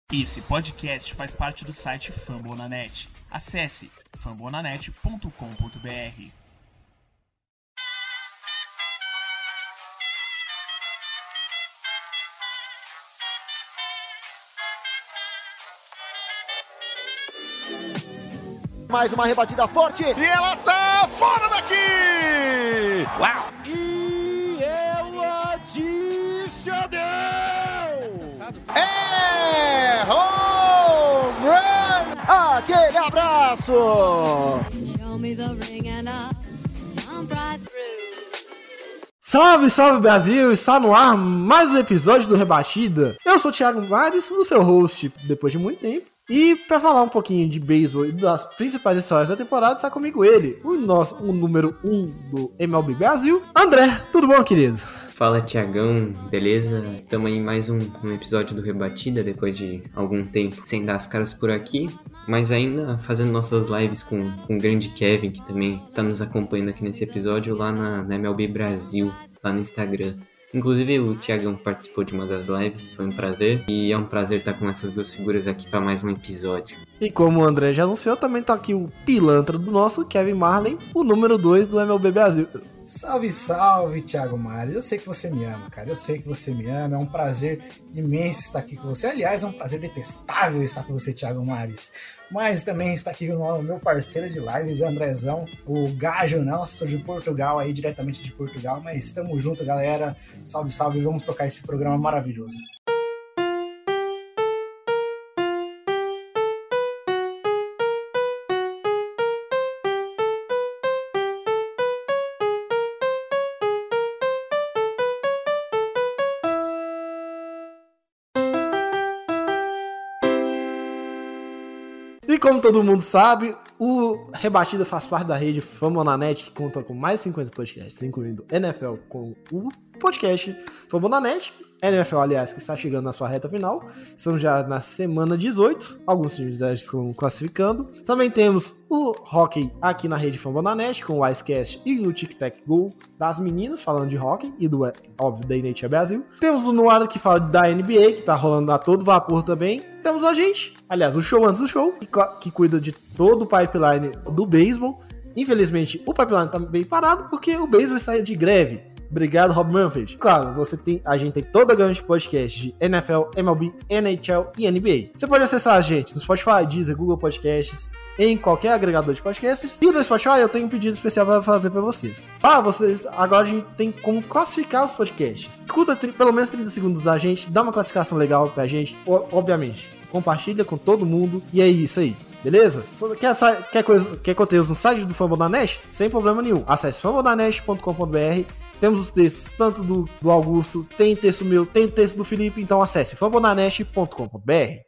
Esse podcast faz parte do site Fambonanet. Acesse fambonanet.com.br. Mais uma rebatida forte. E ela tá fora daqui! Uau! E ela disse adeus! É home run! Aquele abraço! Salve, salve Brasil! Está no ar mais um episódio do Rebatida. Eu sou o Thiago Mares, o seu host depois de muito tempo. E para falar um pouquinho de beisebol e das principais histórias da temporada, está comigo ele, o número 1 do MLB Brasil, André. Tudo bom, querido? Fala, Thiagão, beleza? Estamos em mais um episódio do Rebatida, depois de algum tempo sem dar as caras por aqui, mas ainda fazendo nossas lives com o grande Kevin, que também está nos acompanhando aqui nesse episódio, lá na MLB Brasil, lá no Instagram. Inclusive o Thiagão participou de uma das lives, foi um prazer, e é um prazer estar com essas duas figuras aqui para mais um episódio. E como o André já anunciou, também tá aqui o pilantra do nosso, Kevin Marley, o número 2 do MLB Brasil. Salve, salve, Thiago Mares. Eu sei que você me ama, cara. Eu sei que você me ama. É um prazer imenso estar aqui com você. Aliás, é um prazer detestável estar com você, Thiago Mares. Mas também está aqui o meu parceiro de lives, Andrezão, o gajo nosso de Portugal, aí diretamente de Portugal. Mas estamos junto, galera. Salve, salve. Vamos tocar esse programa maravilhoso. E como todo mundo sabe, o Rebatida faz parte da rede Fambonanet, que conta com mais de 50 podcasts, incluindo NFL com o podcast Fambonanet. NFL, aliás, que está chegando na sua reta final. Estamos já na semana 18. Alguns times já estão classificando. Também temos o hockey aqui na rede Fambonanet, com o Icecast e o Tic Tac Go das meninas, falando de hockey, e do, óbvio, da NHL Brasil. Temos o Noir, que fala da NBA, que está rolando a todo vapor também. Temos a gente, aliás, o show antes do show, que cuida de todo o pipeline do beisebol. Infelizmente, o pipeline está bem parado, porque o beisebol está de greve. Obrigado, Rob Manfred. Claro, a gente tem toda a gama de podcasts de NFL, MLB, NHL e NBA. Você pode acessar a gente no Spotify, Deezer, Google Podcasts, em qualquer agregador de podcasts. E no Spotify eu tenho um pedido especial para fazer para vocês. Agora a gente tem como classificar os podcasts. Escuta pelo menos 30 segundos da gente, dá uma classificação legal pra gente, obviamente. Compartilha com todo mundo e é isso aí. Beleza? Quer conteúdo no site do Fambonanet? Sem problema nenhum. Acesse fambonanet.com.br. Temos os textos tanto do Augusto, tem texto meu, tem texto do Felipe, então acesse fambonanet.com.br.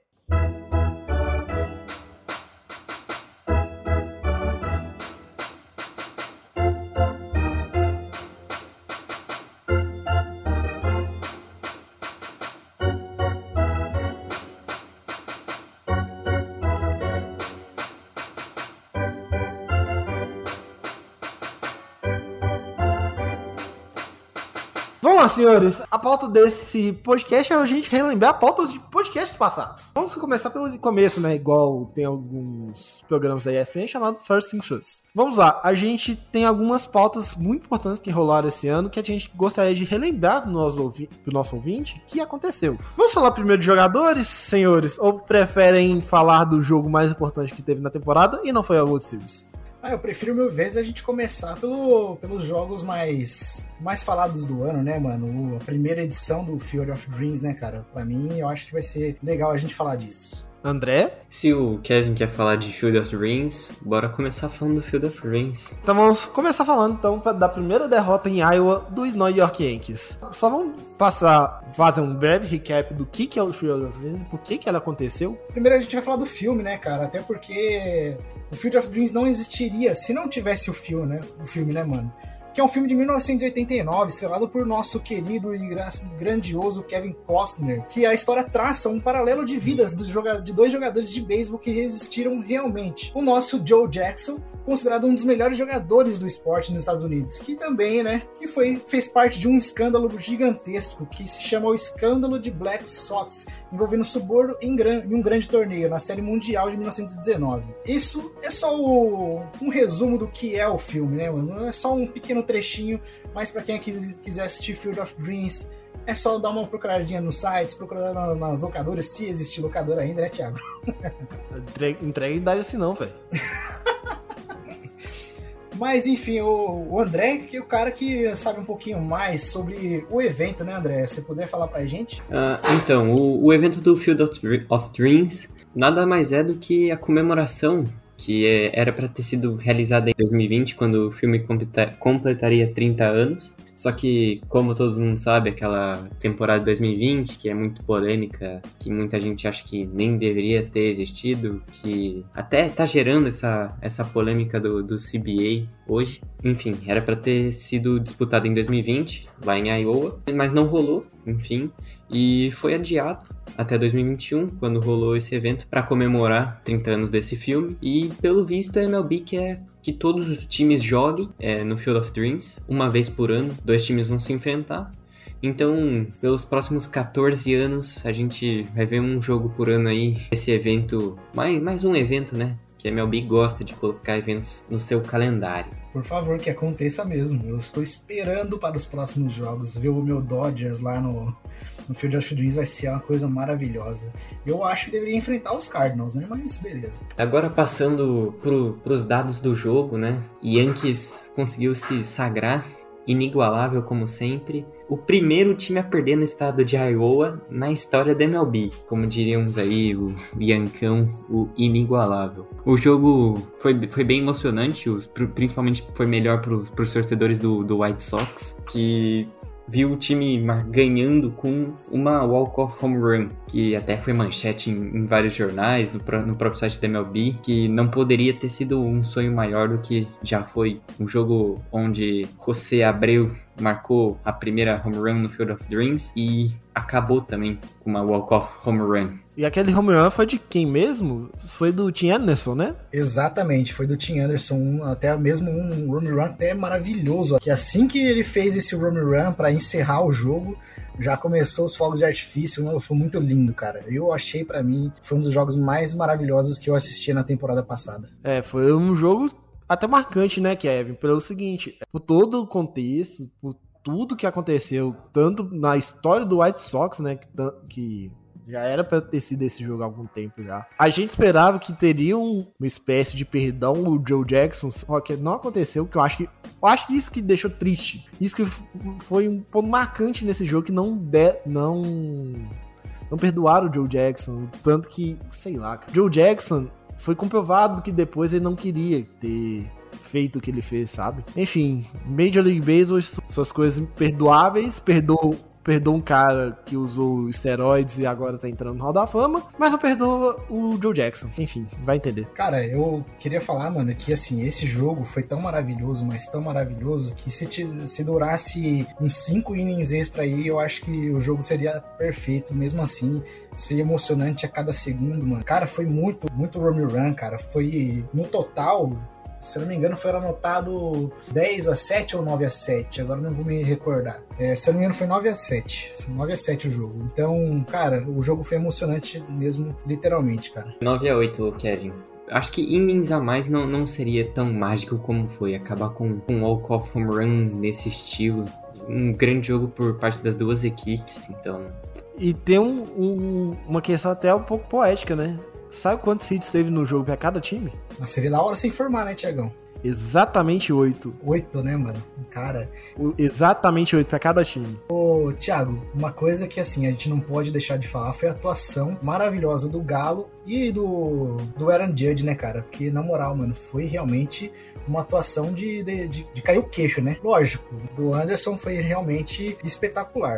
Vamos lá, senhores. A pauta desse podcast é a gente relembrar pautas de podcasts passados. Vamos começar pelo começo, né? Igual tem alguns programas da ESPN chamado First Things First. Vamos lá. A gente tem algumas pautas muito importantes que rolaram esse ano que a gente gostaria de relembrar pro nosso ouvinte que aconteceu. Vamos falar primeiro de jogadores, senhores? Ou preferem falar do jogo mais importante que teve na temporada e não foi a World Series? Eu prefiro mil vezes a gente começar pelos jogos mais falados do ano, né, mano? A primeira edição do Field of Dreams, né, cara? Pra mim, eu acho que vai ser legal a gente falar disso. André? Se o Kevin quer falar de Field of Dreams, bora começar falando do Field of Dreams. Então vamos começar falando da primeira derrota em Iowa do New York Yankees. Só vamos fazer um breve recap do que é o Field of Dreams, por que ela aconteceu. Primeiro a gente vai falar do filme, né, cara? Até porque o Field of Dreams não existiria se não tivesse o filme, né, mano? que é um filme de 1989, estrelado por nosso querido e grandioso Kevin Costner, que a história traça um paralelo de vidas de dois jogadores de beisebol que resistiram realmente. O nosso Joe Jackson, considerado um dos melhores jogadores do esporte nos Estados Unidos, que também, né, fez parte de um escândalo gigantesco que se chama o escândalo de Black Sox, envolvendo o suborno em um grande torneio na Série Mundial de 1919. Isso é só um resumo do que é o filme, né, mano? É só um pequeno trechinho, mas para quem quiser assistir Field of Dreams, é só dar uma procuradinha nos sites, procurar nas locadoras, se existe locadora ainda, né, Thiago? Entrega idade assim não, velho. Mas enfim, o André, que é o cara que sabe um pouquinho mais sobre o evento, né, André? Você puder falar pra gente? Então, o evento do Field of Dreams nada mais é do que a comemoração que era para ter sido realizada em 2020, quando o filme completaria 30 anos. Só que, como todo mundo sabe, aquela temporada de 2020, que é muito polêmica, que muita gente acha que nem deveria ter existido, que até tá gerando essa polêmica do CBA hoje. Enfim, era para ter sido disputada em 2020, lá em Iowa, mas não rolou, enfim, e foi adiado até 2021, quando rolou esse evento para comemorar 30 anos desse filme. E pelo visto a MLB quer que todos os times joguem no Field of Dreams uma vez por ano. 2 times vão se enfrentar. Então, pelos próximos 14 anos, a gente vai ver um jogo por ano aí. Esse evento, mais um evento, né? Que a MLB gosta de colocar eventos no seu calendário. Por favor, que aconteça mesmo. Eu estou esperando para os próximos jogos. Ver o meu Dodgers lá no Field of Dreams vai ser uma coisa maravilhosa. Eu acho que deveria enfrentar os Cardinals, né? Mas beleza. Agora passando pros dados do jogo, né? Yankees conseguiu se sagrar inigualável como sempre. O primeiro time a perder no estado de Iowa na história da MLB. Como diríamos aí, o Yankão, o inigualável. O jogo foi bem emocionante, principalmente foi melhor pros torcedores do White Sox, que viu o time ganhando com uma walk-off home run, que até foi manchete em vários jornais, no próprio site da MLB, que não poderia ter sido um sonho maior do que já foi. Um jogo onde José Abreu marcou a primeira home run no Field of Dreams e acabou também com uma walk-off home run. E aquele home run foi de quem mesmo? Foi do Tim Anderson, né? Exatamente, foi do Tim Anderson, até mesmo um home run até maravilhoso, que assim que ele fez esse home run para encerrar o jogo, já começou os fogos de artifício. Foi muito lindo, cara. Eu achei, pra mim, foi um dos jogos mais maravilhosos que eu assisti na temporada passada. Foi um jogo até marcante, né, Kevin? Pelo seguinte, por todo o contexto, por tudo que aconteceu, tanto na história do White Sox, né, que já era pra ter sido esse jogo há algum tempo já. A gente esperava que teria uma espécie de perdão o Joe Jackson, só que não aconteceu, que eu acho que isso que deixou triste. Isso que foi um ponto marcante nesse jogo, que não perdoaram o Joe Jackson, tanto que, sei lá, cara. Joe Jackson foi comprovado que depois ele não queria ter feito o que ele fez, sabe? Enfim, Major League Baseball, suas coisas imperdoáveis, perdoou um cara que usou esteroides e agora tá entrando no Hall da Fama, mas não perdoa o Joe Jackson. Enfim, vai entender. Cara, eu queria falar, mano, que assim, esse jogo foi tão maravilhoso, mas tão maravilhoso, que se durasse uns 5 innings extra aí, eu acho que o jogo seria perfeito. Mesmo assim, seria emocionante a cada segundo, mano. Cara, foi muito home run, cara. Foi, no total, se eu não me engano, foi anotado 10-7 ou 9-7. Agora não vou me recordar. Se eu não me engano, foi 9-7. 9-7 o jogo. Então, cara, o jogo foi emocionante mesmo, literalmente, cara. 9-8, Kevin. Acho que innings a mais não seria tão mágico como foi. Acabar com um walk-off home run nesse estilo. Um grande jogo por parte das duas equipes, então... E tem uma questão até um pouco poética, né? Sabe quantos hits teve no jogo pra cada time? Mas seria da hora se informar, né, Tiagão? Exatamente 8. 8, né, mano? Cara... Exatamente 8 pra cada time. Ô, Thiago, uma coisa que, assim, a gente não pode deixar de falar foi a atuação maravilhosa do Galo e do Aaron Judge, né, cara? Porque, na moral, mano, foi realmente uma atuação de cair o queixo, né? Lógico, do Anderson foi realmente espetacular.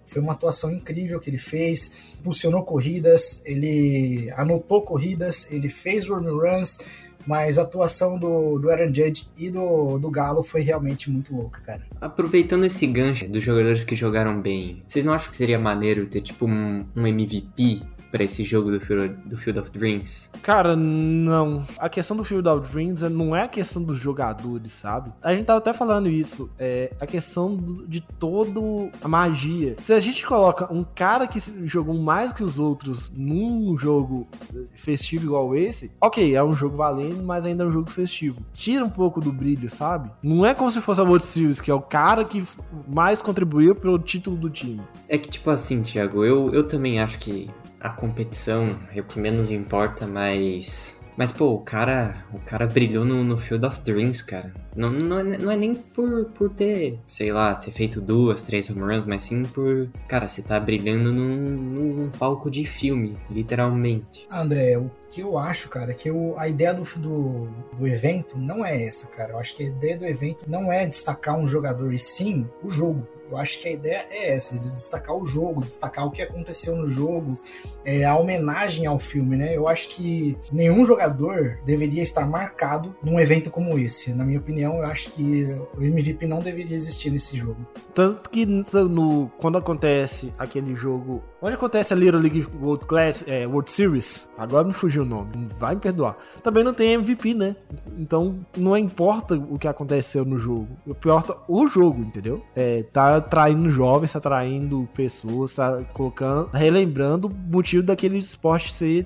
Foi uma atuação incrível que ele fez, impulsionou corridas, ele anotou corridas, ele fez home runs, mas a atuação do Aaron Judge e do Galo foi realmente muito louca, cara. Aproveitando esse gancho dos jogadores que jogaram bem, vocês não acham que seria maneiro ter tipo um MVP pra esse jogo do Field of Dreams? Cara, não. A questão do Field of Dreams não é a questão dos jogadores, sabe? A gente tava até falando isso. É a questão de toda a magia. Se a gente coloca um cara que jogou mais que os outros num jogo festivo igual esse, ok, é um jogo valendo, mas ainda é um jogo festivo. Tira um pouco do brilho, sabe? Não é como se fosse a World Series, que é o cara que mais contribuiu pro título do time. É que tipo assim, Thiago, eu também acho que a competição é o que menos importa, mas pô, o cara brilhou no Field of Dreams, cara. Não é nem por ter, sei lá, ter feito 2, 3 home runs, mas sim por, cara, você tá brilhando num palco de filme, literalmente. André, o que eu acho, cara, é que a ideia do evento não é essa, cara. Eu acho que a ideia do evento não é destacar um jogador, e sim o jogo. Eu acho que a ideia é essa, de destacar o jogo, destacar o que aconteceu no jogo, a homenagem ao filme, né? Eu acho que nenhum jogador deveria estar marcado num evento como esse. Na minha opinião, eu acho que o MVP não deveria existir nesse jogo. Tanto que quando acontece aquele jogo... Onde acontece a Little League World Series, agora me fugiu o nome, vai me perdoar. Também não tem MVP, né? Então não importa o que aconteceu no jogo, importa o jogo, entendeu? Tá atraindo jovens, tá atraindo pessoas, tá relembrando o motivo daquele esporte ser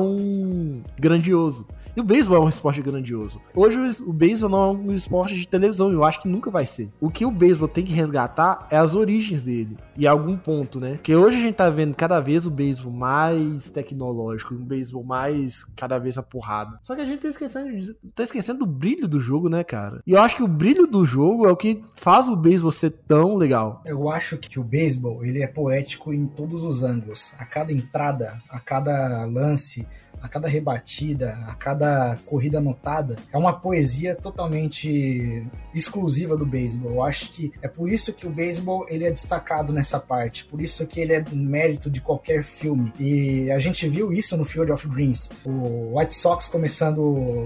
tão grandioso. E o beisebol é um esporte grandioso. Hoje o beisebol não é um esporte de televisão, eu acho que nunca vai ser. O que o beisebol tem que resgatar é as origens dele. E a algum ponto, né? Porque hoje a gente tá vendo cada vez o beisebol mais tecnológico, um beisebol mais cada vez a porrada. Só que a gente tá esquecendo do brilho do jogo, né, cara? E eu acho que o brilho do jogo é o que faz o beisebol ser tão legal. Eu acho que o beisebol, ele é poético em todos os ângulos. A cada entrada, a cada lance, a cada rebatida, a cada corrida anotada, é uma poesia totalmente exclusiva do beisebol. Eu acho que é por isso que o beisebol ele é destacado nessa parte, por isso que ele é mérito de qualquer filme. E a gente viu isso no Field of Dreams. O White Sox começando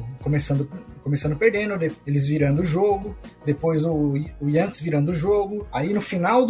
perdendo, eles virando o jogo, depois o Yankees virando o jogo, aí no final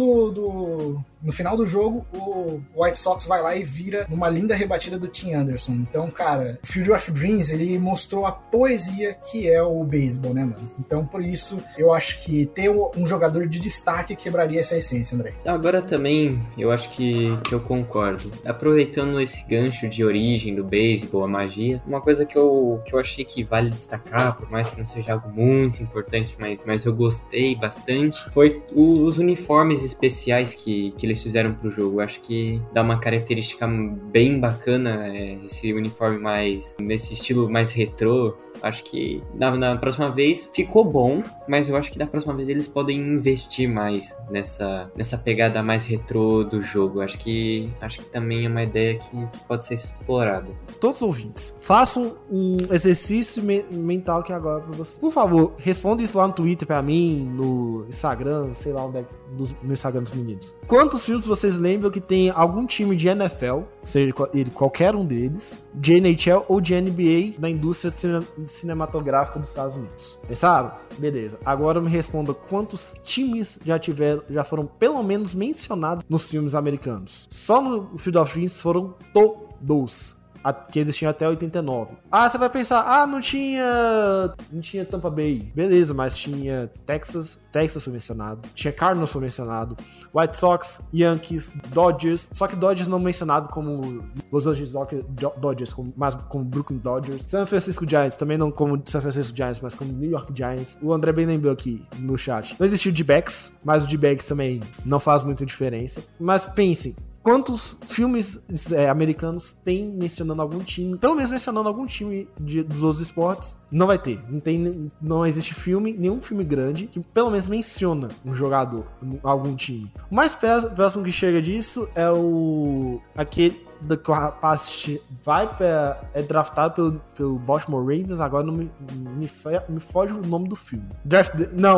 do jogo, o White Sox vai lá e vira numa linda rebatida do Tim Anderson. Então, cara, o Field of Dreams, ele mostrou a poesia que é o beisebol, né, mano? Então, por isso, eu acho que ter um jogador de destaque quebraria essa essência, André. Agora também, eu acho que eu concordo. Aproveitando esse gancho de origem do beisebol, a magia, uma coisa que eu achei que vale destacar, por mais que não seja algo muito importante, mas eu gostei bastante, foi os uniformes especiais que eles fizeram pro jogo. Eu acho que dá uma característica bem bacana, esse uniforme mais nesse estilo mais retrô. Acho que na próxima vez ficou bom, mas eu acho que da próxima vez eles podem investir mais nessa pegada mais retrô do jogo. Acho que também é uma ideia que pode ser explorada. Todos os ouvintes, façam um exercício mental aqui agora pra vocês. Por favor, responda isso lá no Twitter pra mim, no Instagram, sei lá onde é, no Instagram dos meninos. Quantos filmes vocês lembram que tem algum time de NFL, seja ele qualquer um deles, de NHL ou de NBA na indústria cinematográfica dos Estados Unidos? Pensaram? Beleza. Agora me responda quantos times já foram pelo menos mencionados nos filmes americanos. Só no Field of Dreams foram todos, que existiam até 89. Ah, você vai pensar, não tinha Tampa Bay. Beleza, mas tinha Texas foi mencionado. Tinha Cardinals foi mencionado. White Sox, Yankees, Dodgers. Só que Dodgers não mencionado como Los Angeles Dodgers, mas como Brooklyn Dodgers. San Francisco Giants, também não como San Francisco Giants, mas como New York Giants. O André bem lembrou aqui no chat. Não existiu o D-backs, mas o D-backs também não faz muita diferença. Mas pensem, quantos filmes americanos tem mencionando algum time, pelo menos mencionando algum time dos outros esportes? Não vai ter. Não existe nenhum filme grande que pelo menos menciona um jogador, algum time. O mais próximo que chega disso é aquele que o rapaz é draftado pelo Baltimore Ravens. Agora não me foge o nome do filme.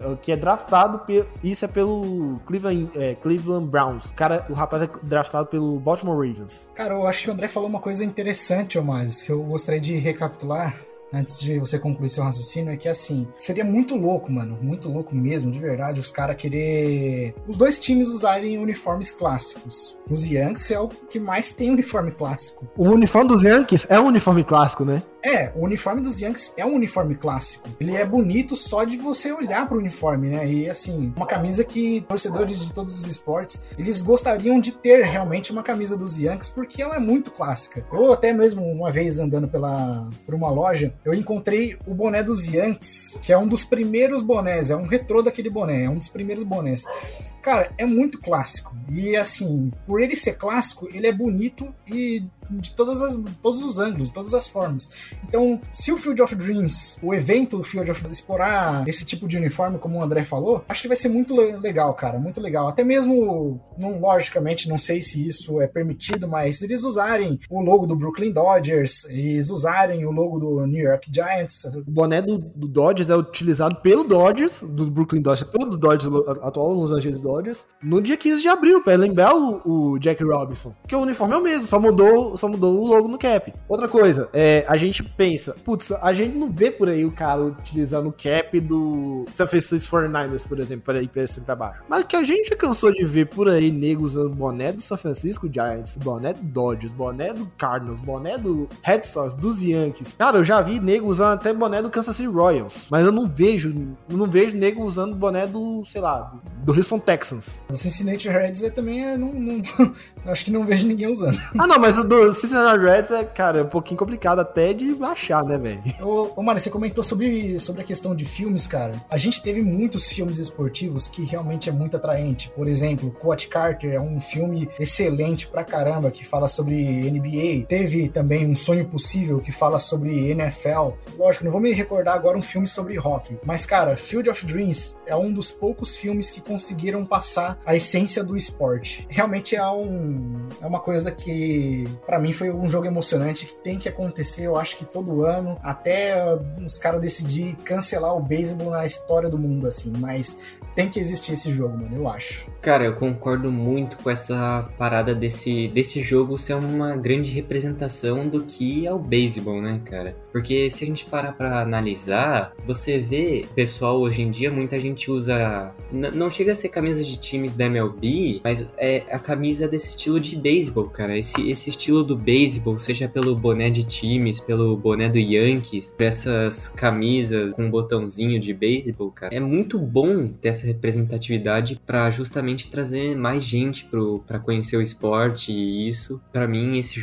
que é draftado, isso é pelo Cleveland Browns. O rapaz é draftado pelo Baltimore Ravens. Cara, eu acho que o André falou uma coisa interessante, Omares, que eu gostaria de recapitular antes de você concluir seu raciocínio, é que assim, seria muito louco, mano, muito louco mesmo, de verdade, os caras querer os dois times usarem uniformes clássicos. Os Yankees é o que mais tem uniforme clássico. O uniforme dos Yankees é um uniforme clássico, né? O uniforme dos Yankees é um uniforme clássico. Ele é bonito só de você olhar pro uniforme, né? E assim, uma camisa que torcedores de todos os esportes, eles gostariam de ter realmente uma camisa dos Yankees, porque ela é muito clássica. Eu até mesmo, uma vez andando por uma loja, eu encontrei o boné dos Yankees, que é um dos primeiros bonés, é um retrô daquele boné, é um dos primeiros bonés. Cara, é muito clássico. E assim, por ele ser clássico, ele é bonito e de todos os ângulos, de todas as formas. Então, se o Field of Dreams, o evento do Field of Dreams, explorar esse tipo de uniforme, como o André falou, acho que vai ser muito legal, cara, muito legal. Até mesmo, logicamente, não sei se isso é permitido, mas eles usarem o logo do Brooklyn Dodgers, eles usarem o logo do New York Giants. O boné do Dodgers é utilizado pelo Dodgers, do Brooklyn Dodgers, pelo Dodgers, atual Los Angeles Dodgers, no dia 15 de abril, para lembrar o Jack Robinson. Porque o uniforme é o mesmo, só mudou o logo no cap. Outra coisa, a gente pensa, putz, a gente não vê por aí o cara utilizando o cap do San Francisco 49ers, por exemplo, para ir pra cima e pra baixo. Mas que a gente já cansou de ver por aí nego usando boné do San Francisco Giants, boné do Dodgers, boné do Cardinals, boné do Red Sox, dos Yankees. Cara, eu já vi nego usando até boné do Kansas City Royals, mas eu não vejo nego usando boné do, sei lá, do Houston Texans. O Cincinnati Reds também acho que não vejo ninguém usando. Ah, não, mas o do Cincinnati Reds é um pouquinho complicado até de achar, né, velho? Ô, Mário, você comentou sobre a questão de filmes, cara. A gente teve muitos filmes esportivos que realmente é muito atraente. Por exemplo, Coach Carter é um filme excelente pra caramba, que fala sobre NBA. Teve também Um Sonho Possível, que fala sobre NFL. Lógico, não vou me recordar agora um filme sobre hockey. Mas, cara, Field of Dreams é um dos poucos filmes que conseguiram passar a essência do esporte. Realmente é uma coisa que, pra mim, foi um jogo emocionante que tem que acontecer, eu acho que todo ano, até os caras decidir cancelar o beisebol na história do mundo, assim, mas tem que existir esse jogo, mano, eu acho. Cara, eu concordo muito com essa parada desse jogo ser uma grande representação do que é o beisebol, né, cara? Porque se a gente parar pra analisar, você vê, pessoal, hoje em dia, muita gente usa, não chega a ser camisa de times da MLB, mas é a camisa desse estilo de beisebol, cara. Esse estilo do beisebol, seja pelo boné de times, pelo boné do Yankees, por essas camisas com um botãozinho de beisebol, cara. É muito bom ter essa representatividade pra justamente trazer mais gente pra conhecer o esporte, e isso, pra mim, esse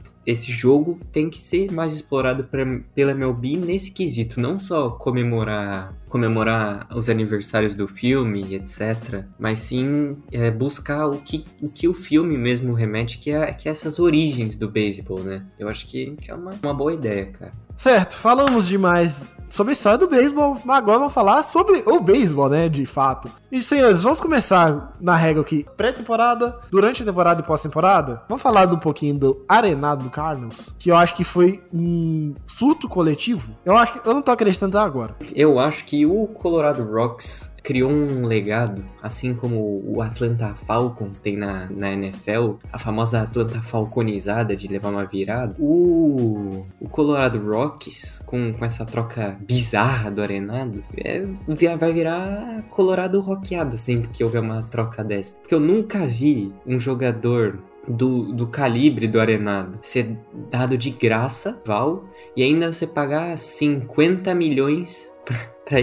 jogo tem que ser mais explorado pela MLB nesse quesito, não só comemorar os aniversários do filme, etc, mas sim buscar o que o filme mesmo remete, que é essas origens do beisebol, né? Eu acho que é uma boa ideia, cara. Certo, falamos demais sobre a história do beisebol, agora vamos falar sobre o beisebol, né, de fato. E, senhores, vamos começar na regra aqui, pré-temporada, durante a temporada e pós-temporada. Vamos falar um pouquinho do arenado do Cardinals, que eu acho que foi um surto coletivo. Eu não tô acreditando até agora. Eu acho que o Colorado Rocks criou um legado, assim como o Atlanta Falcons tem na NFL, a famosa Atlanta Falconizada de levar uma virada. O Colorado Rockies, com essa troca bizarra do arenado, vai virar Colorado Rockeada sempre que houver uma troca dessa. Porque eu nunca vi um jogador do calibre do arenado ser dado de graça, e ainda você pagar 50 milhões pra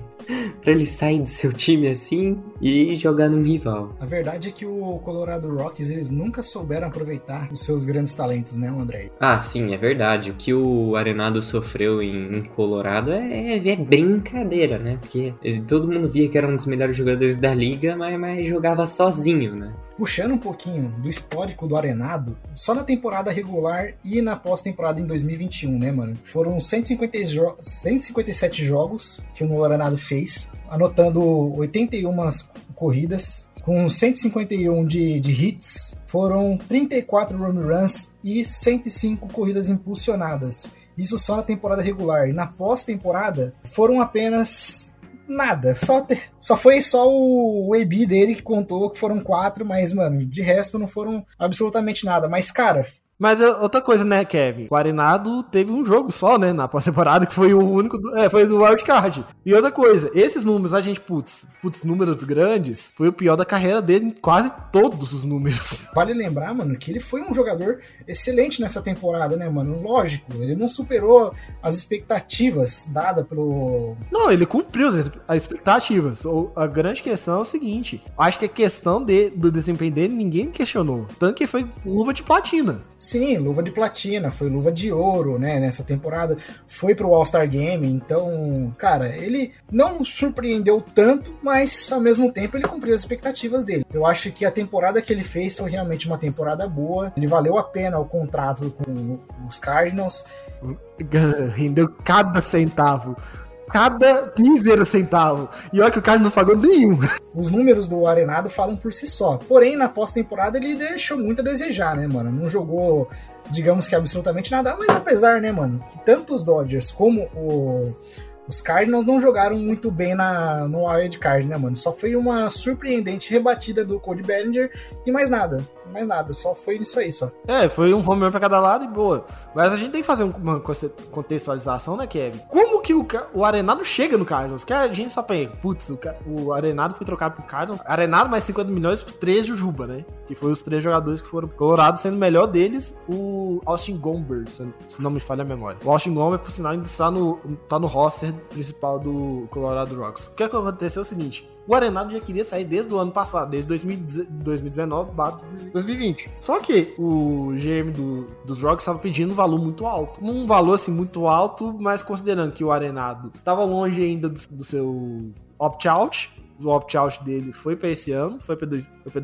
ele sair do seu time assim e jogar num rival. A verdade é que o Colorado Rockies, eles nunca souberam aproveitar os seus grandes talentos, né, André? Ah, sim, é verdade. O que o arenado sofreu em Colorado é brincadeira, né? Porque todo mundo via que era um dos melhores jogadores da liga, mas jogava sozinho, né? Puxando um pouquinho do histórico do arenado, só na temporada regular e na pós-temporada em 2021, né, mano? Foram 157 jogos que o arenado fez, anotando 81 corridas, com 151 de hits, foram 34 home runs e 105 corridas impulsionadas. Isso só na temporada regular. E na pós-temporada foram apenas Nada, só foi o EB dele que contou que foram 4, mas, mano, de resto não foram absolutamente nada. Mas, cara... Mas outra coisa, né, Kevin? O Arenado teve um jogo só, né, na pós-temporada, que foi o único, foi do wildcard. E outra coisa, esses números, a gente, números grandes, foi o pior da carreira dele em quase todos os números. Vale lembrar, mano, que ele foi um jogador excelente nessa temporada, né, mano? Lógico, ele não superou as expectativas dadas pelo... Não, ele cumpriu as expectativas. A grande questão é o seguinte, acho que a questão do desempenho dele, ninguém questionou. Tanto que foi luva de platina. Sim, luva de platina, foi luva de ouro, né, nessa temporada, foi pro All-Star Game, então, cara, ele não surpreendeu tanto, mas ao mesmo tempo ele cumpriu as expectativas dele. Eu acho que a temporada que ele fez foi realmente uma temporada boa, ele valeu a pena o contrato com os Cardinals. Rendeu cada centavo. Cada mísero centavo. E olha que o cara não pagou nenhum. Os números do Arenado falam por si só. Porém, na pós-temporada ele deixou muito a desejar, né, mano? Não jogou, digamos que absolutamente nada. Mas apesar, né, mano, que tanto os Dodgers como os Cardinals não jogaram muito bem no Wild Card, né, mano? Só foi uma surpreendente rebatida do Cody Bellinger e mais nada, só foi isso aí, só. Foi um home run pra cada lado e boa. Mas a gente tem que fazer uma contextualização, né, Kevin? Como que o Arenado chega no Cardinals? Que a gente só pensa, o Arenado foi trocado pro Cardinals. Arenado mais 50 milhões por 3 Jujuba, né? Que foi os 3 jogadores que foram colorados, sendo o melhor deles o Austin Gomber, se não me falha a memória. O Austin Gomber, por sinal, ainda tá no roster principal do Colorado Rocks. O que aconteceu é o seguinte: o Arenado já queria sair desde o ano passado, desde 2019/2020. Só que o GM dos Rocks estava pedindo um valor muito alto. Um valor, assim, muito alto, mas considerando que o Arenado estava longe ainda do seu opt-out. O opt-out dele foi para esse ano, foi para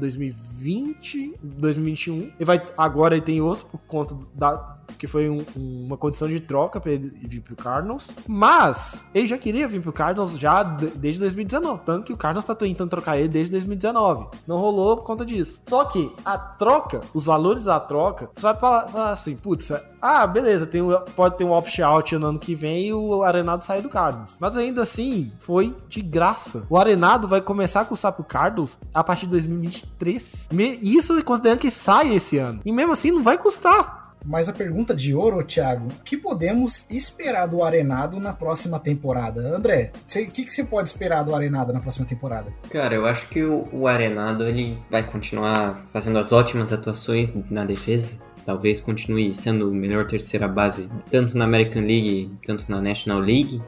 2020, 2021. Agora ele tem outro por conta que foi uma condição de troca para ele vir pro Cardinals. Mas ele já queria vir pro Cardinals já desde 2019. Tanto que o Cardinals tá tentando trocar ele desde 2019. Não rolou por conta disso. Só que a troca, os valores da troca, você vai falar assim, beleza, pode ter um opt-out no ano que vem e o Arenado sair do Cardinals. Mas ainda assim, foi de graça. O Arenado vai começar a custar pro Cardinals a partir de 2023. Isso considerando que sai esse ano. E mesmo assim, não vai custar. Mas a pergunta de ouro, Thiago, o que podemos esperar do Arenado na próxima temporada? André, o que você pode esperar do Arenado na próxima temporada? Cara, eu acho que o Arenado ele vai continuar fazendo as ótimas atuações na defesa. Talvez continue sendo o melhor terceira base, tanto na American League, tanto na National League,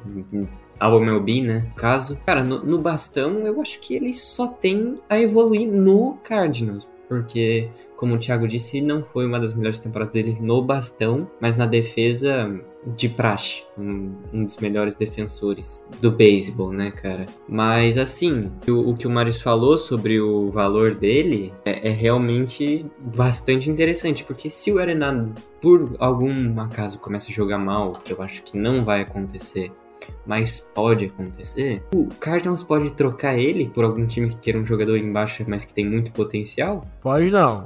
ao MLB, né, no caso. Cara, no bastão, eu acho que ele só tem a evoluir no Cardinals, porque, como o Thiago disse, não foi uma das melhores temporadas dele no bastão, mas na defesa, de praxe, um dos melhores defensores do beisebol, né, cara? Mas, assim, o que o Marius falou sobre o valor dele é realmente bastante interessante, porque se o Arenado, por algum acaso, começa a jogar mal, que eu acho que não vai acontecer, mas pode acontecer, o Cardinals pode trocar ele por algum time que queira um jogador em baixa, mas que tem muito potencial? Pode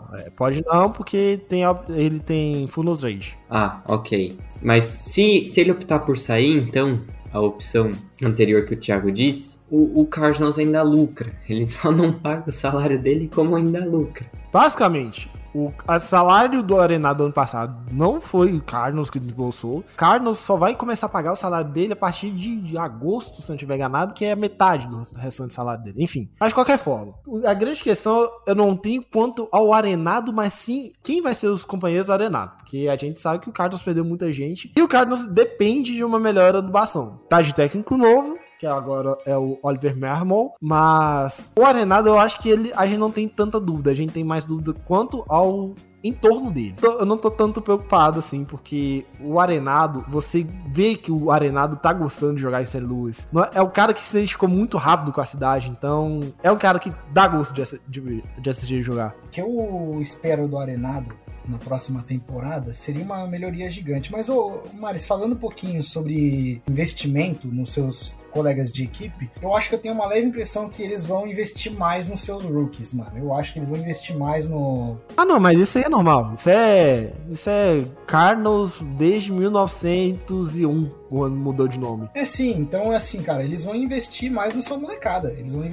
não, porque ele tem full no trade. Ah, ok. Mas se ele optar por sair, então, a opção anterior que o Thiago disse, o Cardinals ainda lucra. Ele só não paga o salário dele, como ainda lucra. Basicamente, o salário do Arenado ano passado não foi o Cardinals que desembolsou. O Cardinals só vai começar a pagar o salário dele a partir de agosto, se não estiver enganado, que é a metade do restante do salário dele. Enfim, mas de qualquer forma, a grande questão eu não tenho quanto ao Arenado, mas sim quem vai ser os companheiros do Arenado. Porque a gente sabe que o Cardinals perdeu muita gente e o Cardinals depende de uma melhora do bastão. Tá de técnico novo, que agora é o Oliver Marmol, mas o Arenado eu acho que a gente não tem tanta dúvida, a gente tem mais dúvida quanto ao entorno dele. Eu não tô tanto preocupado assim, porque o Arenado, você vê que o Arenado tá gostando de jogar em St. Louis. É o cara que se identificou muito rápido com a cidade, então é um cara que dá gosto de assistir jogar. O que eu espero do Arenado na próxima temporada seria uma melhoria gigante. Mas, Maris, falando um pouquinho sobre investimento nos seus colegas de equipe, eu acho que eu tenho uma leve impressão que eles vão investir mais nos seus rookies, mano. Eu acho que eles vão investir mais no... Ah, não, mas isso aí é normal. Isso é Cardinals desde 1901, quando mudou de nome. É sim, então é assim, cara, eles vão investir mais na sua molecada.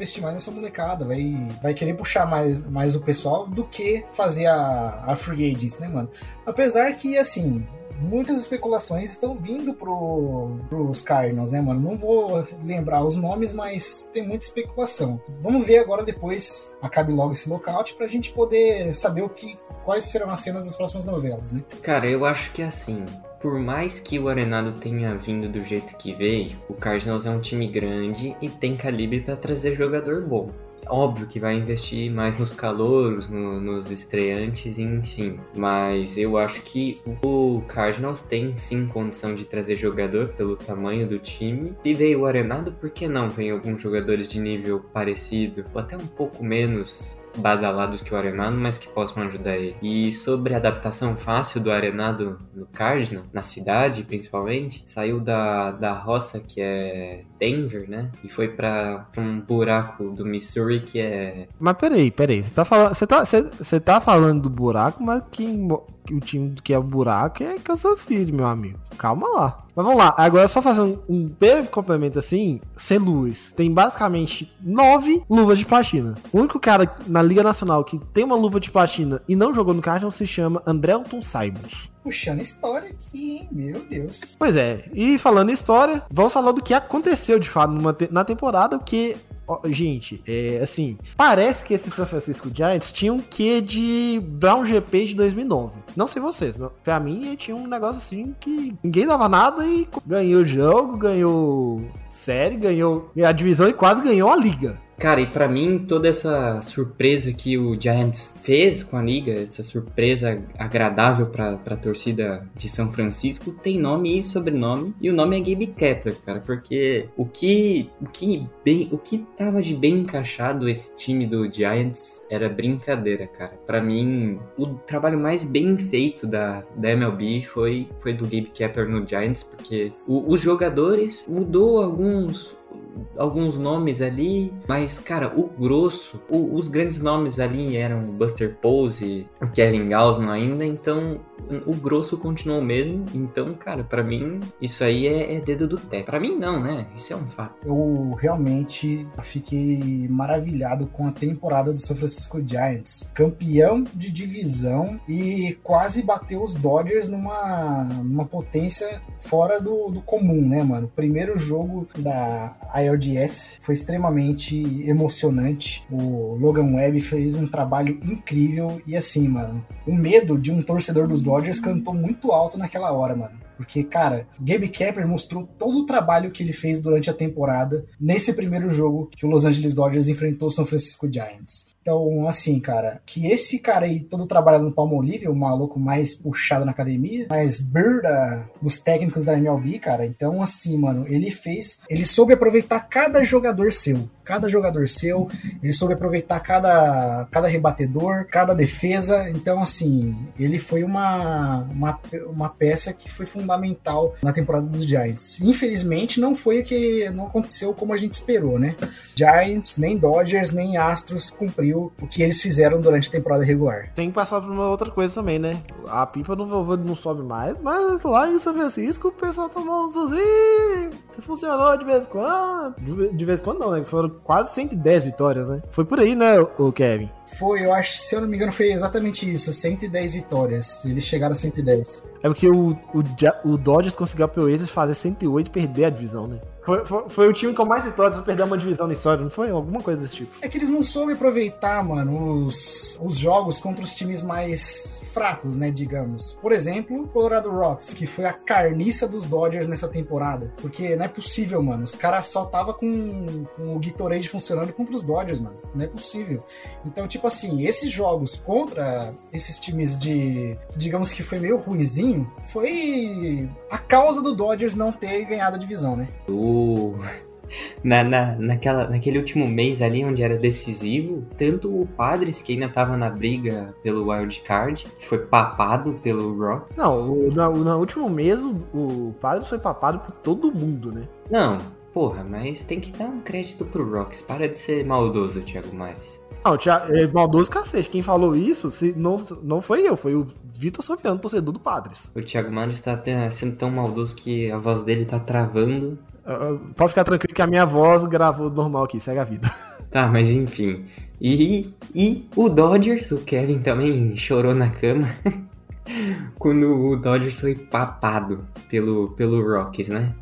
Vai querer puxar mais o pessoal do que fazer a free agents, né, mano? Apesar que, assim, muitas especulações estão vindo pros Cardinals, né, mano? Não vou lembrar os nomes, mas tem muita especulação. Vamos ver agora, depois acabe logo esse lockout, pra gente poder saber quais serão as cenas das próximas novelas, né? Cara, eu acho que assim, por mais que o Arenado tenha vindo do jeito que veio, o Cardinals é um time grande e tem calibre pra trazer jogador bom. Óbvio que vai investir mais nos calouros, nos estreantes, enfim. Mas eu acho que o Cardinals tem sim condição de trazer jogador pelo tamanho do time. Se veio o Arenado, por que não? Vem alguns jogadores de nível parecido, ou até um pouco menos badalados que o Arenado, mas que possam ajudar ele. E sobre a adaptação fácil do Arenado no Cardinal, na cidade principalmente, saiu da roça que é Denver, né? E foi pra um buraco do Missouri que é... Mas peraí, você tá falando do buraco, mas o time que é o buraco é Kansas City, meu amigo. Calma lá. Mas vamos lá, agora só fazer um breve complemento assim, sem luz. Tem basicamente 9 luvas de platina. O único cara na Liga Nacional que tem uma luva de platina e não jogou no Cardinals se chama Andrelton Simons. Puxando história aqui, hein? Meu Deus. Pois é, e falando em história, vamos falar do que aconteceu de fato na temporada, porque... Gente, assim, parece que esse San Francisco Giants tinha um quê de Brown GP de 2009. Não sei vocês, mas pra mim tinha um negócio assim que ninguém dava nada e ganhou o jogo, ganhou série, ganhou a divisão e quase ganhou a liga. Cara, e pra mim, toda essa surpresa que o Giants fez com a liga, essa surpresa agradável pra torcida de São Francisco, tem nome e sobrenome, e o nome é Gabe Kapler, cara, porque o que tava de bem encaixado esse time do Giants era brincadeira, cara. Pra mim, o trabalho mais bem feito da MLB foi do Gabe Kapler no Giants, porque os jogadores mudou alguns nomes ali, mas, cara, o grosso, os grandes nomes ali eram o Buster Posey, o Kevin Gausman ainda, então o grosso continuou mesmo. Então, cara, pra mim, isso aí é dedo do teto. Pra mim não, né? Isso é um fato. Eu realmente fiquei maravilhado com a temporada do San Francisco Giants. Campeão de divisão e quase bateu os Dodgers numa potência fora do comum, né, mano? O primeiro jogo da ALDS foi extremamente emocionante. O Logan Webb fez um trabalho incrível e assim, mano, o medo de um torcedor dos Dodgers cantou muito alto naquela hora, mano. Porque, cara, Gabe Kapler mostrou todo o trabalho que ele fez durante a temporada nesse primeiro jogo que o Los Angeles Dodgers enfrentou o San Francisco Giants. Então, assim, cara, que esse cara aí, todo trabalhado no Palmolive, o maluco mais puxado na academia, mais birda dos técnicos da MLB, cara. Então, assim, mano, ele soube aproveitar cada jogador seu, ele soube aproveitar cada rebatedor, cada defesa. Então, assim, ele foi uma peça que foi fundamental na temporada dos Giants. Infelizmente, não aconteceu como a gente esperou, né? Giants, nem Dodgers, nem Astros cumpriu o que eles fizeram durante a temporada regular. Tem que passar por uma outra coisa também, né? A pipa não sobe mais, mas lá em São Francisco o pessoal tomou um sozinho. Funcionou de vez em quando. De vez em quando não, né? Foram quase 110 vitórias, né? Foi por aí, né, o Kevin? Foi, eu acho, se eu não me engano, foi exatamente isso, 110 vitórias. Eles chegaram a 110. É porque o Dodgers conseguiu apoiar eles fazer 108 e perder a divisão, né? Foi o time com mais vitórias pra perder uma divisão na história, não foi? Alguma coisa desse tipo. É que eles não soubem aproveitar, mano, os jogos contra os times mais fracos, né, digamos. Por exemplo, o Colorado Rocks, que foi a carniça dos Dodgers nessa temporada. Porque não é possível, mano. Os caras só tava com o Gatorade funcionando contra os Dodgers, mano. Não é possível. Então, tipo assim, esses jogos contra esses times digamos que foi meio ruinzinho, foi a causa do Dodgers não ter ganhado a divisão, né? Naquele último mês ali, onde era decisivo, tanto o Padres, que ainda tava na briga pelo Wild Card, que foi papado pelo Rock. Não, no último mês o Padres foi papado por todo mundo, né? Não, Porra, mas tem que dar um crédito pro Rocks. Para de ser maldoso, Thiago Mares. Não, é maldoso cacete. Quem falou isso não foi eu, foi o Vitor Sofiano, torcedor do Padres. O Thiago Mares tá sendo tão maldoso que a voz dele tá travando. Pode ficar tranquilo que a minha voz gravou normal aqui, segue a vida. Tá, mas enfim. E o Dodgers, o Kevin também chorou na cama quando o Dodgers foi papado pelo Rockies, né?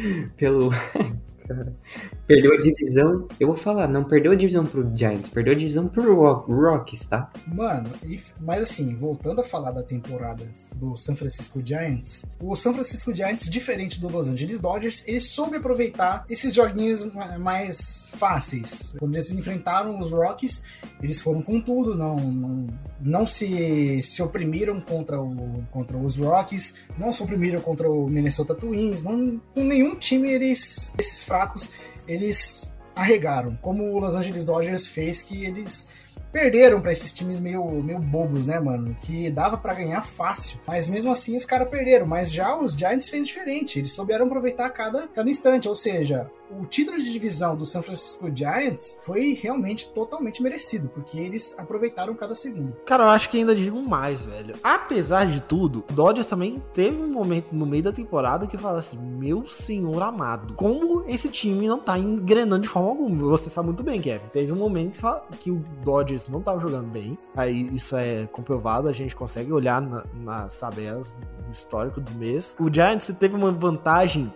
Perdeu a divisão. Eu vou falar, não perdeu a divisão pro Giants, perdeu a divisão pro Rockies, tá? Mano, mas assim, voltando a falar da temporada do San Francisco Giants, o San Francisco Giants, diferente do Los Angeles Dodgers, ele soube aproveitar esses joguinhos mais fáceis. Quando eles enfrentaram os Rockies, eles foram com tudo, não se oprimiram contra os Rockies, não se oprimiram contra o Minnesota Twins, com nenhum time esses fracos eles arregaram, como o Los Angeles Dodgers fez, que eles perderam pra esses times meio bobos, né, mano? Que dava pra ganhar fácil. Mas mesmo assim, os caras perderam. Mas já os Giants fez diferente. Eles souberam aproveitar cada instante. Ou seja, o título de divisão do San Francisco Giants foi realmente totalmente merecido, porque eles aproveitaram cada segundo. Cara, eu acho que ainda digo mais, velho. Apesar de tudo, o Dodgers também teve um momento no meio da temporada que fala assim, meu senhor amado, como esse time não tá engrenando de forma alguma. Você sabe muito bem, Kevin. Teve um momento que o Dodgers não tava jogando bem. Aí isso é comprovado, a gente consegue olhar nas tabelas, no histórico do mês. O Giants teve uma vantagem,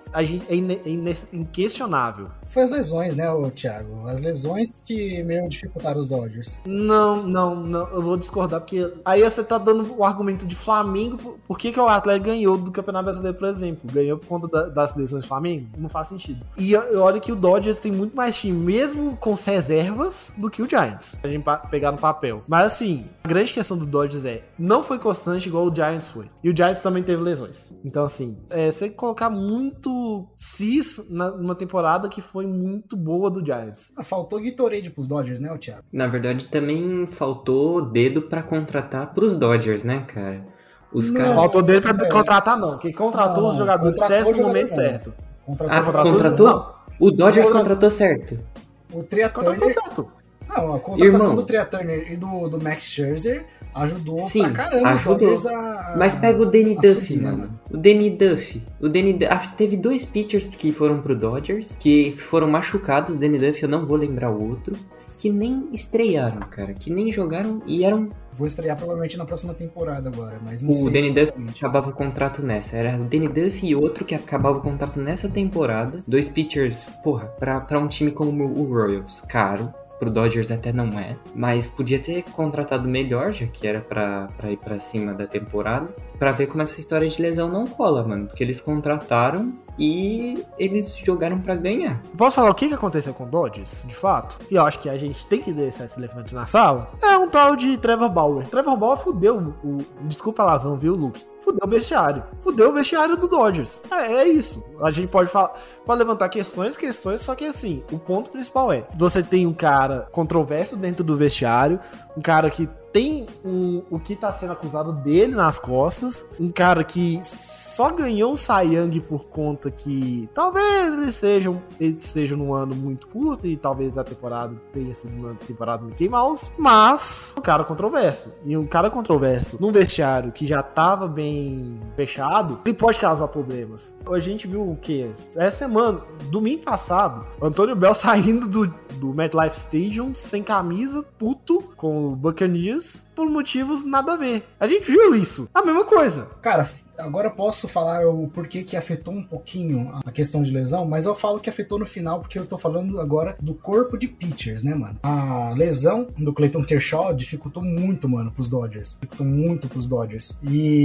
é inquestionável. Foi as lesões, né, Thiago? As lesões que meio dificultaram os Dodgers. Não, eu vou discordar, porque aí você tá dando o argumento de Flamengo. Por que o Atlético ganhou do Campeonato Brasileiro, por exemplo? Ganhou por conta das lesões do Flamengo? Não faz sentido. E olha que o Dodgers tem muito mais time, mesmo com as reservas, do que o Giants. A gente pegar no papel. Mas assim, a grande questão do Dodgers não foi constante igual o Giants foi. E o Giants também teve lesões. Então assim, você colocar muito cis numa temporada que foi muito boa do Giants. Faltou Gatorade pros Dodgers, né, Thiago? Na verdade, também faltou dedo pra contratar pros Dodgers, né, cara? Faltou dedo pra contratar, não. Quem contratou os jogadores certos no momento certo. Contratou? Não. O Dodgers contratou certo. O Trea Turner... Contratou certo. Não, a contratação do Trea Turner e do Max Scherzer ajudou pra caramba ajudou. Os Dodgers Mas pega o Danny Duffy, mano. O Danny Duffy. Teve 2 pitchers que foram pro Dodgers, que foram machucados. O Danny Duffy, eu não vou lembrar o outro, que nem estrearam, cara. Que nem jogaram e eram... Vou estrear provavelmente na próxima temporada agora, mas não sei. O Danny Duffy acabava o contrato nessa. Era o Danny Duffy e outro que acabava o contrato nessa temporada. 2 pitchers, porra, pra um time como o Royals, caro. Pro Dodgers até não é, mas podia ter contratado melhor, já que era pra ir pra cima da temporada, pra ver como essa história de lesão não cola, mano, porque eles contrataram e eles jogaram pra ganhar. Posso falar o que aconteceu com o Dodgers, de fato? E eu acho que a gente tem que deixar esse elefante na sala. É um tal de Trevor Bauer. Trevor Bauer fudeu desculpa lá, vão, viu, Luke? Fudeu o vestiário. Fudeu o vestiário do Dodgers. É isso. A gente pode levantar questões, só que assim, o ponto principal você tem um cara controverso dentro do vestiário, um cara que tem o que tá sendo acusado dele nas costas, um cara que só ganhou um Cy Young por conta que talvez ele esteja num ano muito curto e talvez a temporada tenha sido uma temporada Mickey Mouse, mas um cara controverso. E um cara controverso num vestiário que já tava bem fechado, ele pode causar problemas. A gente viu o quê? Essa semana, domingo passado, o Antônio Bell saindo do MetLife Stadium sem camisa, puto, com o Buccaneers, por motivos nada a ver. A gente viu isso. A mesma coisa. Cara, agora eu posso falar o porquê que afetou um pouquinho a questão de lesão, mas eu falo que afetou no final, porque eu tô falando agora do corpo de pitchers, né, mano? A lesão do Clayton Kershaw dificultou muito, mano, pros Dodgers. Dificultou muito pros Dodgers.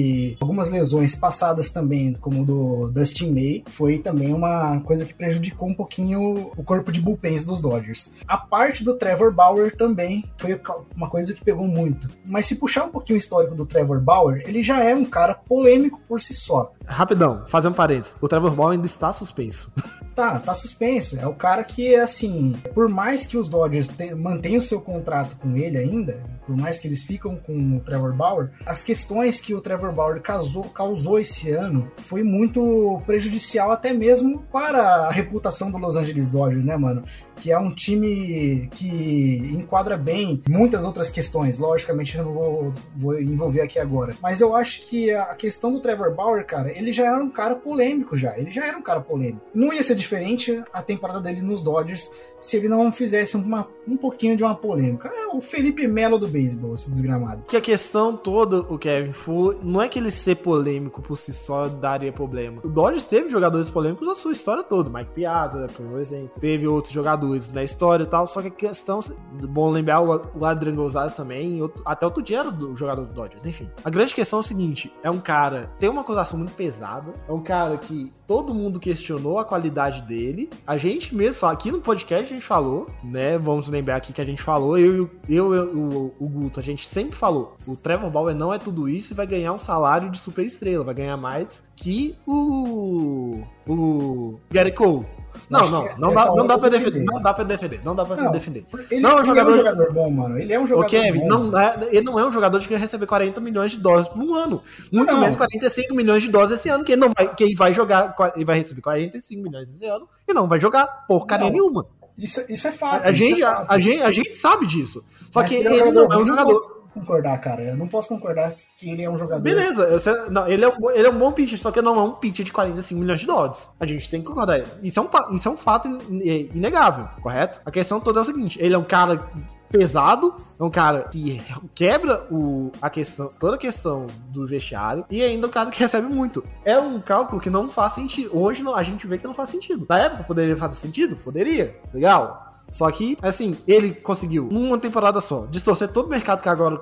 E algumas lesões passadas também, como o do Dustin May, foi também uma coisa que prejudicou um pouquinho o corpo de bullpens dos Dodgers. A parte do Trevor Bauer também foi uma coisa que pegou muito. Mas se puxar um pouquinho o histórico do Trevor Bauer, ele já é um cara polêmico por si só. Rapidão, fazer um parênteses. O Trevor Bauer ainda está suspenso. Tá suspenso. É o cara que, assim, por mais que os Dodgers mantenham o seu contrato com ele ainda, por mais que eles ficam com o Trevor Bauer, as questões que o Trevor Bauer causou esse ano foi muito prejudicial até mesmo para a reputação do Los Angeles Dodgers, né, mano? Que é um time que enquadra bem muitas outras questões. Logicamente, eu não vou envolver aqui agora. Mas eu acho que a questão do Trevor Bauer, cara, ele já era um cara polêmico já. Ele já era um cara polêmico. Não ia ser diferente a temporada dele nos Dodgers se ele não fizesse um pouquinho de uma polêmica. É o Felipe Melo do beisebol, esse desgramado. Porque a questão toda, o Kevin, não é que ele ser polêmico por si só daria problema. O Dodgers teve jogadores polêmicos na sua história toda. Mike Piazza foi um exemplo. Teve outros jogadores na história e tal, só que a questão, bom lembrar o Adrian Gonzalez também, até outro dia era do jogador do Dodgers, enfim. A grande questão é o seguinte, é um cara, tem uma acusação muito pesada, é um cara que todo mundo questionou a qualidade dele, a gente mesmo, aqui no podcast a gente falou, né, vamos lembrar aqui que a gente falou, eu e o Guto, a gente sempre falou, o Trevor Bauer não é tudo isso e vai ganhar um salário de super estrela, vai ganhar mais que o Gary Cole. Não dá pra defender. Não dá pra defender. Ele é um jogador bom, mano. Ele é um jogador Kevin, bom. Ele não é um jogador que vai receber 40 milhões de dólares por um ano. Muito menos 45 milhões de dólares esse ano, que ele vai jogar. Ele vai receber 45 milhões esse ano e não vai jogar porcaria nenhuma. Isso é fato. A gente sabe disso. Só que ele não é um jogador. Concordar, cara. Eu não posso concordar que ele é um jogador. Beleza, ele é um bom pitcher, só que não é um pitcher de 45 milhões de dólares. A gente tem que concordar. Isso é um fato inegável, correto? A questão toda é o seguinte: ele é um cara pesado, é um cara que quebra toda a questão do vestiário e ainda é um cara que recebe muito. É um cálculo que não faz sentido. Hoje a gente vê que não faz sentido. Na época poderia fazer sentido? Poderia. Legal. Só que, assim, ele conseguiu, numa temporada só, distorcer todo o mercado que agora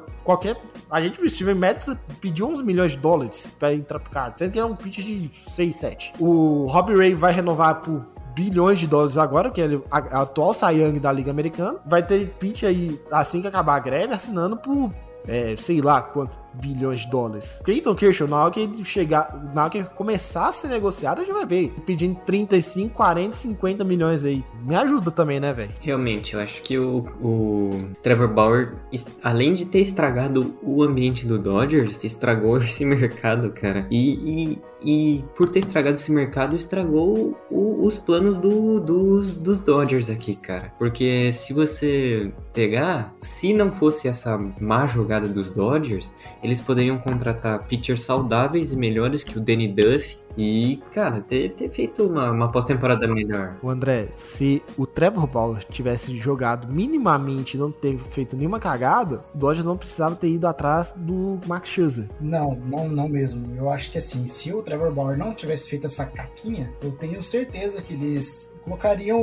a gente viu, Steven Matz pediu uns milhões de dólares pra entrar pro cara, sendo que é um pitch de 6, 7. O Robbie Ray vai renovar por bilhões de dólares agora, que é a atual Cy Young da Liga Americana. Vai ter pitch aí, assim que acabar a greve, assinando por sei lá quanto bilhões de dólares. Clayton Kershaw, na hora que ele começar a ser negociado, a gente vai ver pedindo 35, 40, 50 milhões aí. Me ajuda também, né, velho? Realmente, eu acho que o Trevor Bauer, além de ter estragado o ambiente do Dodgers, estragou esse mercado, cara. E por ter estragado esse mercado, estragou os planos dos Dodgers aqui, cara. Porque se você pegar, se não fosse essa má jogada dos Dodgers, eles poderiam contratar pitchers saudáveis e melhores que o Danny Duffy e, cara, ter feito uma pós-temporada melhor. O André, se o Trevor Bauer tivesse jogado minimamente e não ter feito nenhuma cagada, o Dodgers não precisava ter ido atrás do Max Scherzer. Não mesmo. Eu acho que assim, se o Trevor Bauer não tivesse feito essa caquinha, eu tenho certeza que eles colocariam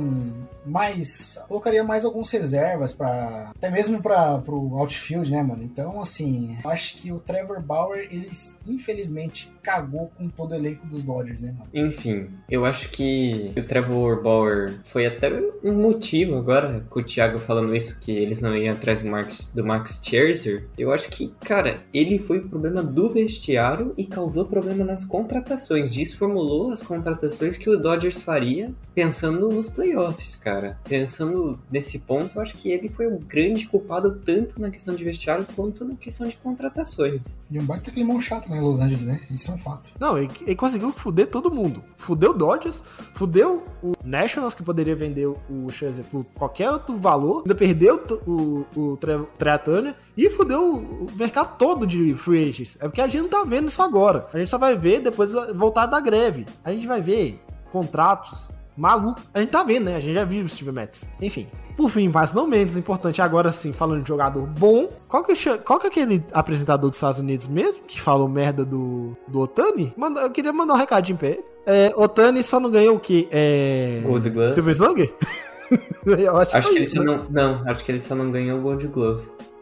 mais alguns reservas até mesmo pro outfield, né, mano? Então, assim, eu acho que o Trevor Bauer, ele infelizmente cagou com todo o elenco dos Dodgers, né, mano? Enfim, eu acho que o Trevor Bauer foi até um motivo agora, com o Thiago falando isso, que eles não iam atrás do Max Scherzer. Eu acho que, cara, ele foi o problema do vestiário e causou problema nas contratações. Desformulou as contratações que o Dodgers faria pensando nos playoffs, cara. Pensando nesse ponto, eu acho que ele foi o grande culpado tanto na questão de vestiário quanto na questão de contratações. E um baita climão chato lá em Los Angeles, né? Isso é um fato. Não, ele conseguiu fuder todo mundo. Fudeu o Dodgers, fudeu o Nationals, que poderia vender o Scherzer por qualquer outro valor, ainda perdeu o Trey Turner e fudeu o mercado todo de free agents. É porque a gente não tá vendo isso agora. A gente só vai ver depois voltar da greve. A gente vai ver contratos maluco. A gente tá vendo, né? A gente já viu o Steven Matz. Enfim. Por fim, mas não menos importante, agora sim, falando de jogador bom, qual que é aquele apresentador dos Estados Unidos mesmo, que falou merda do Ohtani? Eu queria mandar um recadinho pra ele. Ohtani só não ganhou o quê? Gold Glove? Silver Slugger? Acho que ele só não ganhou o Gold Glove.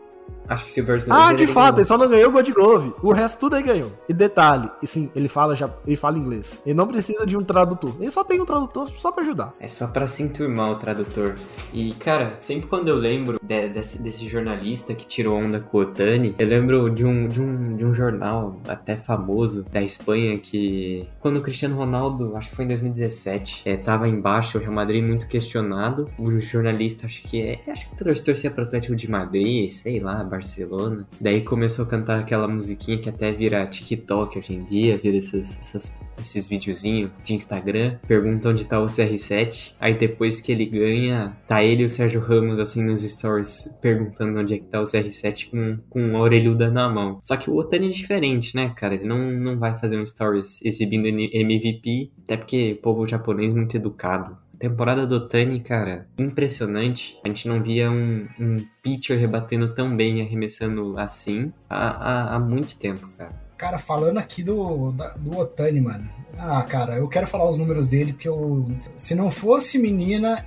Acho que Silver Slugger... Ah, de fato, ele só não ganhou o Gold Glove. O resto tudo ele ganhou. E detalhe, e sim, ele fala inglês. Ele não precisa de um tradutor. Ele só tem um tradutor só pra ajudar. É só pra se enturmar o tradutor. E, cara, sempre quando eu lembro desse jornalista que tirou onda com o Ohtani, eu lembro de um jornal até famoso da Espanha que, quando o Cristiano Ronaldo, acho que foi em 2017, tava embaixo, o Real Madrid muito questionado. O jornalista, acho que torcia pro Atlético de Madrid, sei lá, Barcelona. Daí começou a cantar aquela musiquinha que até vira TikTok hoje em dia, vira esses videozinhos de Instagram, pergunta onde tá o CR7, aí depois que ele ganha, tá ele e o Sérgio Ramos assim nos stories, perguntando onde é que tá o CR7 com a orelhuda na mão. Só que o Ohtani é diferente, né, cara? Ele não vai fazer um stories exibindo MVP, até porque o povo japonês é muito educado. A temporada do Ohtani, cara, impressionante. A gente não via um pitcher rebatendo tão bem, arremessando assim há muito tempo, cara. Cara, falando aqui do Ohtani, mano. Ah, cara, eu quero falar os números dele, porque se não fosse menina,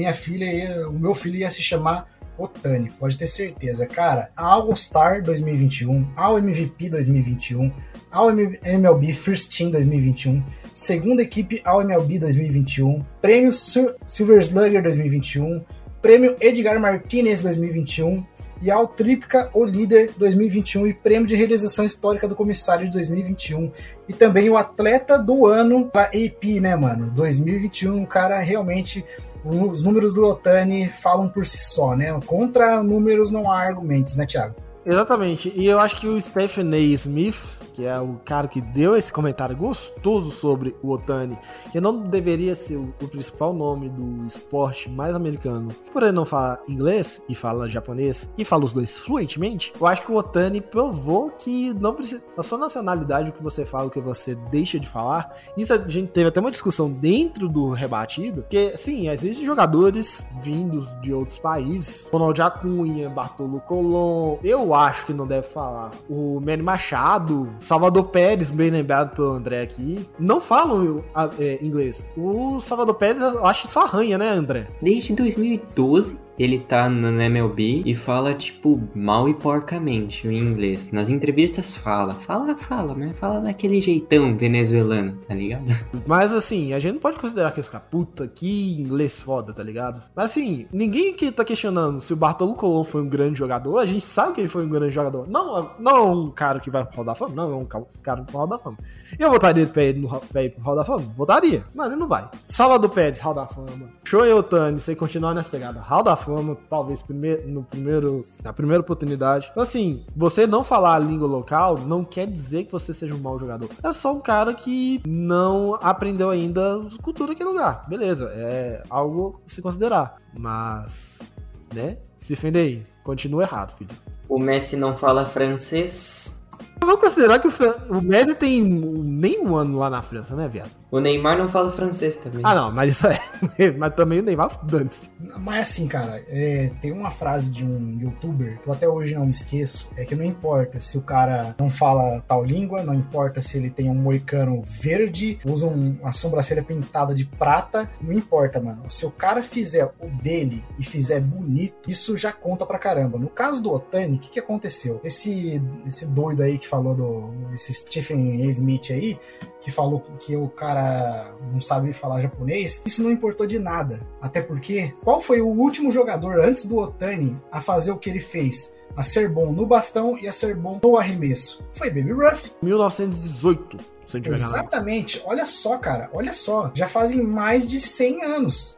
o meu filho ia se chamar Ohtani, pode ter certeza. Cara, All-Star 2021, All-MVP 2021, All-MLB First Team 2021, segunda equipe All-MLB 2021, prêmio Silver Slugger 2021, prêmio Edgar Martinez 2021, e ao Tríplica o Líder 2021 e prêmio de realização histórica do comissário de 2021 e também o atleta do ano para AP, né, mano? 2021, cara, realmente os números do Ohtani falam por si só, né? Contra números não há argumentos, né, Thiago? Exatamente, e eu acho que o Stephen A. Smith, que é o cara que deu esse comentário gostoso sobre o Ohtani, que não deveria ser o principal nome do esporte mais americano, por ele não falar inglês e fala japonês e fala os dois fluentemente, eu acho que o Ohtani provou que não precisa, a sua nacionalidade, o que você fala, o que você deixa de falar. Isso a gente teve até uma discussão dentro do rebatido, que sim, existem jogadores vindos de outros países, Ronald Acunha, Bartolo Colon, eu acho que não deve falar, o Manny Machado, Salvador Pérez, bem lembrado pelo André aqui, não falam inglês. O Salvador Pérez, eu acho que só arranha, né, André? Desde 2012, ele tá na MLB e fala, tipo, mal e porcamente em inglês. Nas entrevistas fala, mas fala daquele jeitão venezuelano, tá ligado? Mas assim, a gente não pode considerar que esse cara, puta, que inglês foda, tá ligado? Mas assim, ninguém que tá questionando se o Bartolo Colon foi um grande jogador, a gente sabe que ele foi um grande jogador. Não é um cara que vai pro Hall da Fama, não é um cara pro Hall da Fama. Eu votaria pra ir pro Hall da Fama? Votaria, mas ele não vai. Salvador Pérez, Hall da Fama. Shohei Ohtani, sem continuar nessa pegada, Hall da Fama, talvez na primeira oportunidade. Então assim, você não falar a língua local não quer dizer que você seja um mau jogador. É só um cara que não aprendeu ainda a cultura daquele lugar. Beleza, é algo a se considerar. Mas, né? Se defende aí. Continua errado, filho. O Messi não fala francês. Eu vou considerar que o Messi tem nem um ano lá na França, né, viado? O Neymar não fala francês também. Ah, não, mas isso é. Mas também o Neymar dane-se. Mas assim, cara, tem uma frase de um youtuber que eu até hoje não me esqueço, é que não importa se o cara não fala tal língua, não importa se ele tem um moicano verde, usa uma sobrancelha pintada de prata, não importa, mano. Se o cara fizer o dele e fizer bonito, isso já conta pra caramba. No caso do Ohtani, o que aconteceu? Esse doido aí que falou esse Stephen A. Smith aí, que falou que o cara não sabe falar japonês, isso não importou de nada. Até porque, qual foi o último jogador antes do Ohtani a fazer o que ele fez? A ser bom no bastão e a ser bom no arremesso? Foi Baby Ruth. 1918. Exatamente. Olha só, cara. Olha só. Já fazem mais de 100 anos.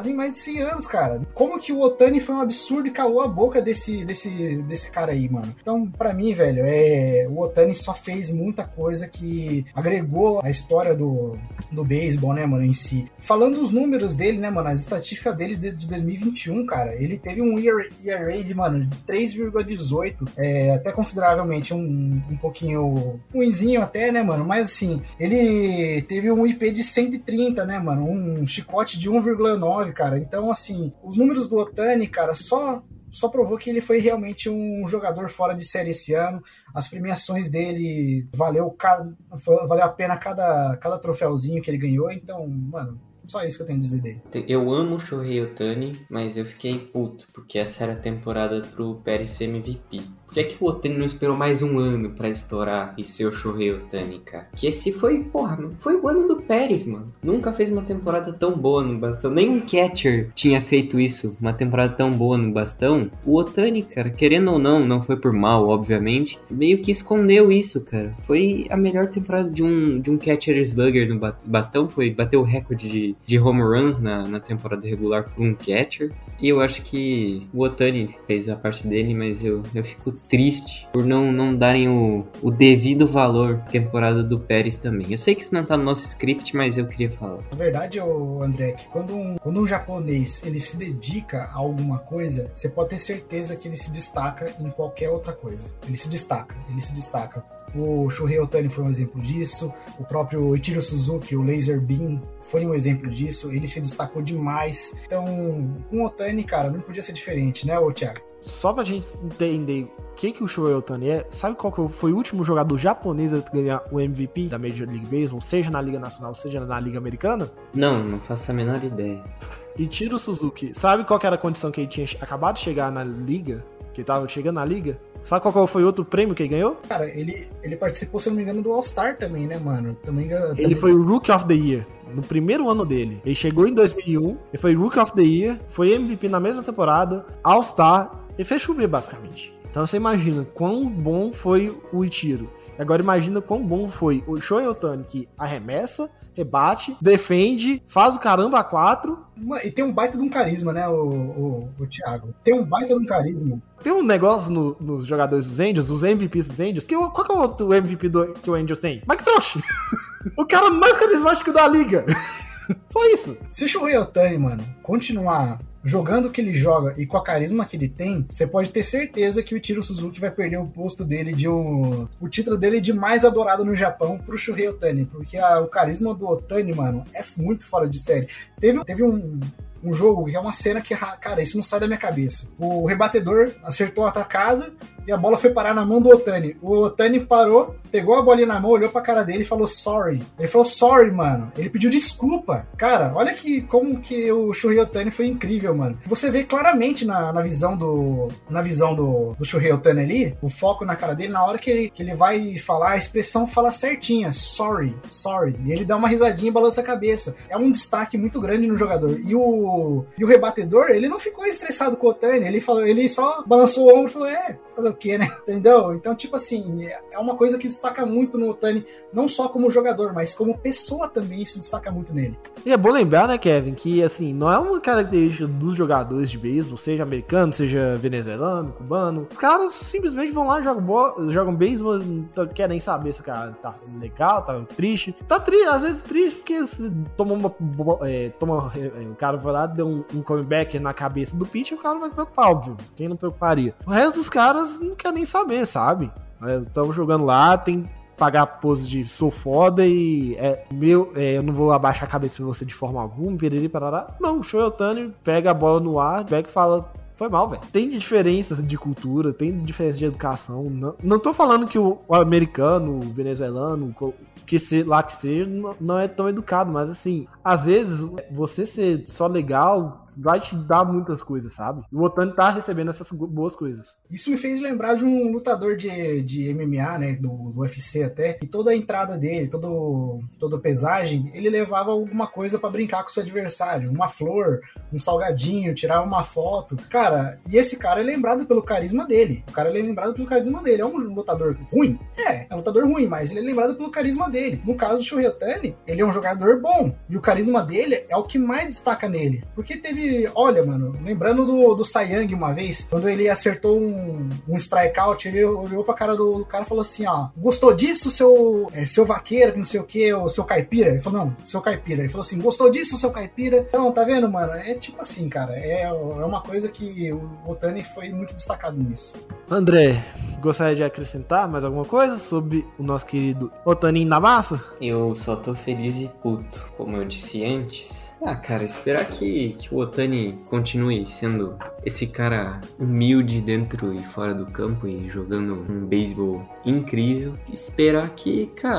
Cara. Como que o Ohtani foi um absurdo e calou a boca desse cara aí, mano. Então, pra mim, velho, o Ohtani só fez muita coisa que agregou a história do beisebol, né, mano, em si. Falando os números dele, né, mano, as estatísticas dele de 2021, cara, ele teve um ERA de, mano, de 3,18, até consideravelmente um pouquinho ruinzinho até, né, mano, mas assim, ele teve um IP de 130, né, mano, um chicote de 1,9, cara. Então, assim, os números do Ohtani, cara, só provou que ele foi realmente um jogador fora de série esse ano. As premiações dele valeu a pena cada troféuzinho que ele ganhou. Então, mano, só isso que eu tenho a dizer dele. Eu amo o Shohei Ohtani, mas eu fiquei puto, porque essa era a temporada pro Pérez ser MVP. que é que o Ohtani não esperou mais um ano pra estourar e ser o Shohei Ohtani, cara? Que esse foi, porra, foi o ano do Pérez, mano. Nunca fez uma temporada tão boa no bastão. Nenhum catcher tinha feito isso, uma temporada tão boa no bastão. O Ohtani, cara, querendo ou não foi por mal, obviamente, meio que escondeu isso, cara. Foi a melhor temporada de um catcher slugger no bastão, bateu o recorde de home runs na temporada regular por um catcher. E eu acho que o Ohtani fez a parte dele, mas eu fico triste por não darem o devido valor à temporada do Pérez também. Eu sei que isso não tá no nosso script, mas eu queria falar. Na verdade, André, que quando um japonês ele se dedica a alguma coisa, você pode ter certeza que ele se destaca em qualquer outra coisa. Ele se destaca. O Shohei Ohtani foi um exemplo disso, o próprio Ichiro Suzuki, o Laser Beam, foi um exemplo disso, ele se destacou demais. Então, com o Ohtani, cara, não podia ser diferente, né, Thiago? Só pra gente entender o que o Shohei Ohtani é, sabe qual que foi o último jogador japonês a ganhar o MVP da Major League Baseball, seja na Liga Nacional, seja na Liga Americana? Não faço a menor ideia. Ichiro Suzuki, sabe qual que era a condição que ele tinha acabado de chegar na Liga? Que ele tava chegando na Liga? Sabe qual foi outro prêmio que ele ganhou? Cara, ele participou, se eu não me engano, do All-Star também, né, mano? Ele foi o Rookie of the Year no primeiro ano dele. Ele chegou em 2001, ele foi Rookie of the Year, foi MVP na mesma temporada, All-Star, ele fez chover, basicamente. Então você imagina quão bom foi o Ichiro. Agora imagina quão bom foi o Shohei Ohtani, que arremessa, rebate, defende, faz o caramba a 4. E tem um baita de um carisma, né, o Thiago? Tem um baita de um carisma. Tem um negócio nos jogadores dos Angels, os MVPs dos Angels, qual que é o outro MVP que o Angels tem? Mike Trout! O cara mais carismático da liga. Só isso. Se o Shohei Ohtani, mano, continuar jogando o que ele joga e com a carisma que ele tem, você pode ter certeza que o Ichiro Suzuki vai perder o posto dele o título dele de mais adorado no Japão pro Shohei Ohtani, porque o carisma do Ohtani, mano, é muito fora de série. Teve um jogo que é uma cena que, cara, isso não sai da minha cabeça. O rebatedor acertou a atacada e a bola foi parar na mão do Ohtani. O Ohtani parou, pegou a bolinha na mão, olhou pra cara dele e falou sorry. Ele falou sorry, mano. Ele pediu desculpa. Cara, olha como que o Shohei Ohtani foi incrível, mano. Você vê claramente na visão do Shohei Ohtani ali, o foco na cara dele, na hora que ele vai falar, a expressão fala certinha, sorry. E ele dá uma risadinha e balança a cabeça. É um destaque muito grande no jogador. E o rebatedor, ele não ficou estressado com o Ohtani, ele só balançou o ombro e falou, fazer o quê, né? Entendeu? Então, tipo assim, é uma coisa que destaca muito no Ohtani, não só como jogador, mas como pessoa também, isso destaca muito nele. E é bom lembrar, né, Kevin, que assim, não é uma característica dos jogadores de beisebol, seja americano, seja venezuelano, cubano. Os caras simplesmente vão lá, jogam beisebol, não querem nem saber se o cara tá legal, tá triste. Tá triste, às vezes triste, porque se o cara vai lá, deu um comeback na cabeça do pitcher, o cara vai preocupar, óbvio. Quem não preocuparia? O resto dos caras não quer nem saber, sabe? Estamos jogando lá, tem que pagar a pose de sou foda e eu não vou abaixar a cabeça pra você de forma alguma, piriri, parará. Não, o Shohei Ohtani pega a bola no ar, pega e fala, foi mal, velho. Tem diferenças de cultura, tem diferença de educação. Não tô falando que o americano, o venezuelano, que seja, não é tão educado, mas assim, às vezes você ser só legal vai te dar muitas coisas, sabe? E o Ohtani tá recebendo essas boas coisas. Isso me fez lembrar de um lutador de MMA, né, do UFC até, e toda a entrada dele, toda a pesagem, ele levava alguma coisa pra brincar com o seu adversário, uma flor, um salgadinho, tirava uma foto. Cara, e esse cara é lembrado pelo carisma dele. É um lutador ruim? É um lutador ruim, mas ele é lembrado pelo carisma dele. No caso do Shohei Ohtani, ele é um jogador bom, e o carisma dele é o que mais destaca nele. Porque olha, mano, lembrando do Cy Young uma vez, quando ele acertou um strikeout, ele olhou pra cara do cara e falou assim, ó, gostou disso, seu vaqueiro, que não sei o que, o seu caipira? Ele falou, não, seu caipira. Ele falou assim, gostou disso, seu caipira? Então, tá vendo, mano? É tipo assim, cara, é uma coisa que o Ohtani foi muito destacado nisso. André, gostaria de acrescentar mais alguma coisa sobre o nosso querido Ohtani na massa? Eu só tô feliz e puto, como eu disse antes. Cara, esperar que o Ohtani continue sendo esse cara humilde dentro e fora do campo e jogando um beisebol incrível. Esperar que, cara,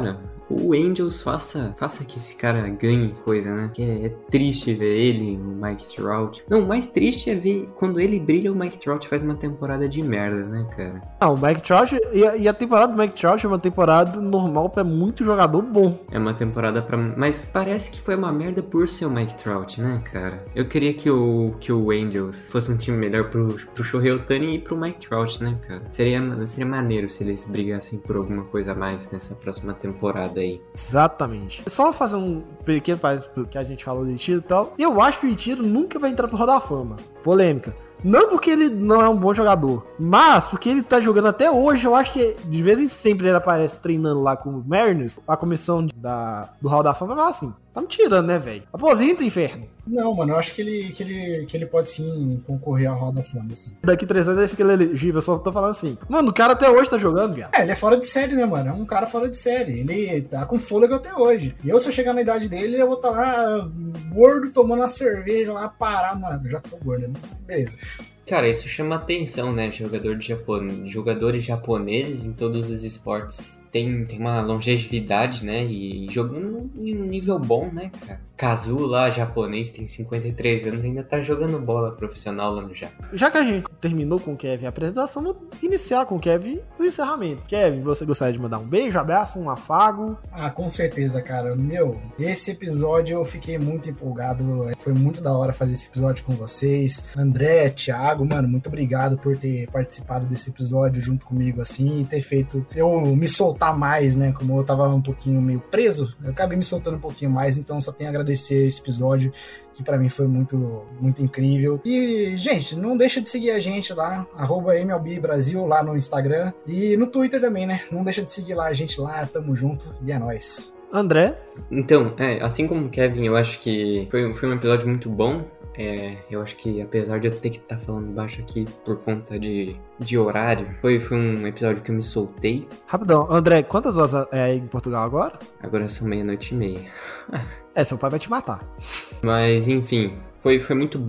o Angels faça que esse cara ganhe coisa, né? Que é triste ver ele, o Mike Trout. Não, o mais triste é ver quando ele brilha, o Mike Trout faz uma temporada de merda, né, cara? Não, o Mike Trout, e a temporada do Mike Trout é uma temporada normal pra muito jogador bom. É uma temporada pra... Mas parece que foi uma merda por ser o Mike Trout, né, cara? Eu queria que o Angels fosse um time melhor pro Shohei Ohtani e pro Mike Trout, né, cara? Seria maneiro se eles brigassem por alguma coisa a mais nessa próxima temporada aí. Exatamente. Só fazer um pequeno parênteses que a gente falou do Ichiro e tal. Eu acho que o Ichiro nunca vai entrar pro Hall da Fama. Polêmica. Não porque ele não é um bom jogador, mas porque ele tá jogando até hoje. Eu acho que de vez em sempre ele aparece treinando lá com o Mariners. A comissão do Hall da Fama vai falar assim: tá me tirando, né, velho? Aposenta, inferno. Não, mano, eu acho que ele pode sim concorrer ao Hall da Fama, assim. Daqui 3 anos ele fica elegível. Eu só tô falando assim: mano, o cara até hoje tá jogando, viado. Ele é fora de série, né, mano? É um cara fora de série. Ele tá com fôlego até hoje. E eu, se eu chegar na idade dele, eu vou estar lá gordo, tomando uma cerveja lá, parado. Já tô gordo, né? Beleza. Cara, isso chama atenção, né? Jogadores japoneses em todos os esportes tem uma longevidade, né? E jogando em um nível bom, né, cara? Kazu lá, japonês, tem 53 anos e ainda tá jogando bola profissional lá no Japão. Já que a gente terminou com o Kevin a apresentação, vou iniciar com o Kevin o encerramento. Kevin, você gostaria de mandar um beijo, abraço, um afago? Ah, com certeza, cara. Esse episódio eu fiquei muito empolgado. Foi muito da hora fazer esse episódio com vocês. André, Thiago, mano, muito obrigado por ter participado desse episódio junto comigo, assim, e ter feito eu me soltar mais, né? Como eu tava um pouquinho meio preso, eu acabei me soltando um pouquinho mais, então só tenho a agradecer esse episódio, que pra mim foi muito, muito incrível. E, gente, não deixa de seguir a gente lá, @MLB Brasil, lá no Instagram e no Twitter também, né? Não deixa de seguir lá a gente lá, tamo junto e é nóis. André? Então, assim como o Kevin, eu acho que foi um episódio muito bom. Eu acho que apesar de eu ter que estar falando baixo aqui por conta de horário, foi um episódio que eu me soltei. Rapidão, André, quantas horas é aí em Portugal agora? Agora são 00:30. Seu pai vai te matar. Mas, enfim, foi muito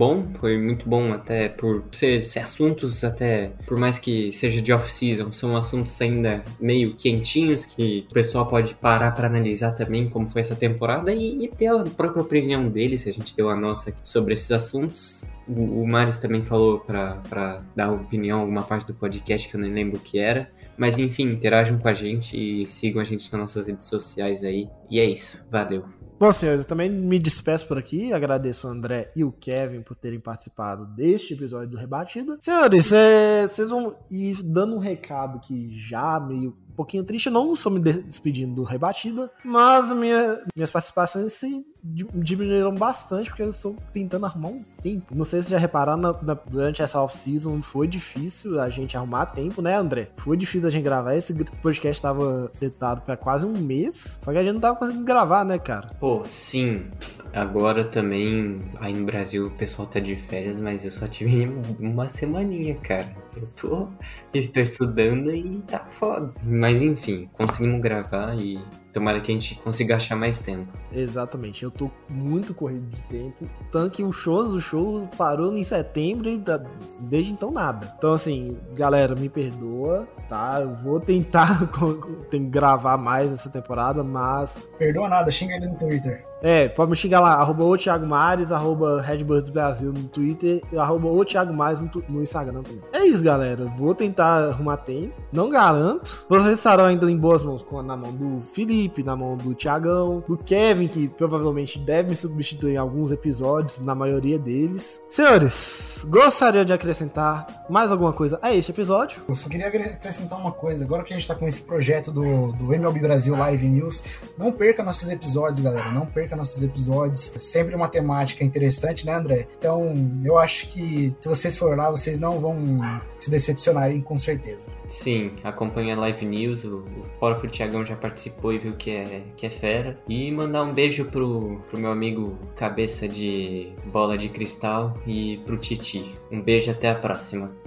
bom até por ser assuntos até, por mais que seja de off-season, são assuntos ainda meio quentinhos que o pessoal pode parar pra analisar também como foi essa temporada e ter a própria opinião deles, se a gente deu a nossa sobre esses assuntos. O Maris também falou pra dar opinião alguma parte do podcast que eu nem lembro o que era. Mas enfim, interajam com a gente e sigam a gente nas nossas redes sociais aí. E é isso, valeu. Bom, senhores, eu também me despeço por aqui. Agradeço o André e o Kevin por terem participado deste episódio do Rebatida. Senhores, vocês vão ir dando um recado que já meio um pouquinho triste. Eu não estou me despedindo do Rebatida, mas minhas participações se diminuíram bastante porque eu estou tentando arrumar um tempo. Não sei se já repararam, durante essa off-season foi difícil a gente arrumar tempo, né, André? Foi difícil a gente gravar. Esse podcast estava setado para quase um mês, só que a gente não tava conseguindo gravar, né, cara? Pô, sim. Agora também, aí no Brasil, o pessoal tá de férias, mas eu só tive uma semaninha, cara. Eu tô estudando e tá foda. Mas enfim, conseguimos gravar e tomara que a gente consiga achar mais tempo. Exatamente, eu tô muito corrido de tempo. Tanto que o show parou em setembro e desde então nada. Então assim, galera, me perdoa, tá? Eu vou tentar gravar mais essa temporada, mas... Perdoa nada, xinga ele no Twitter. Pode me xingar lá, @OThiagoMares, @RedBirdsBrasil no Twitter e @OThiagoMares no Instagram também. É isso, galera. Vou tentar arrumar tempo. Não garanto. Vocês estarão ainda em boas mãos, na mão do Felipe, na mão do Thiagão, do Kevin, que provavelmente deve me substituir em alguns episódios, na maioria deles. Senhores, gostaria de acrescentar mais alguma coisa a este episódio? Eu só queria acrescentar uma coisa. Agora que a gente tá com esse projeto do MLB Brasil Live News, não perca nossos episódios, galera. Não perca nossos episódios. É sempre uma temática interessante, né, André? Então, eu acho que se vocês forem lá, vocês não vão se decepcionarem, com certeza. Sim, acompanha a Live News. O próprio Thiagão já participou e viu que é fera. E mandar um beijo pro meu amigo Cabeça de Bola de Cristal e pro Titi. Um beijo, até a próxima.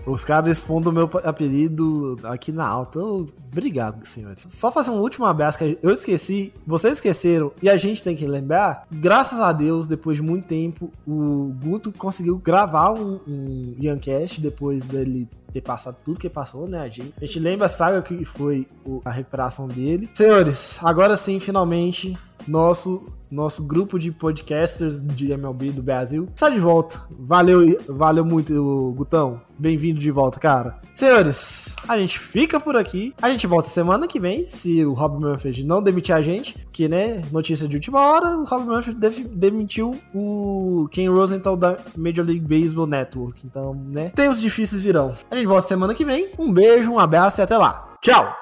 Os caras expõem o meu apelido aqui na alta. Obrigado, senhores. Só fazer um último abraço que eu esqueci, vocês esqueceram e a gente tem que lembrar. Graças a Deus, depois de muito tempo, o Guto conseguiu gravar um Yancast depois dele ter passado tudo que passou, né? A gente lembra, sabe o que foi a recuperação dele. Senhores, agora sim, finalmente, nosso grupo de podcasters de MLB do Brasil está de volta. Valeu muito, Gutão. Bem-vindo de volta, cara. Senhores, a gente fica por aqui. A gente volta semana que vem, se o Rob Manfred não demitir a gente, porque, né, notícia de última hora, o Rob Manfred demitiu o Ken Rosenthal da Major League Baseball Network. Então, né, tempos difíceis virão. A gente volta semana que vem. Um beijo, um abraço e até lá. Tchau!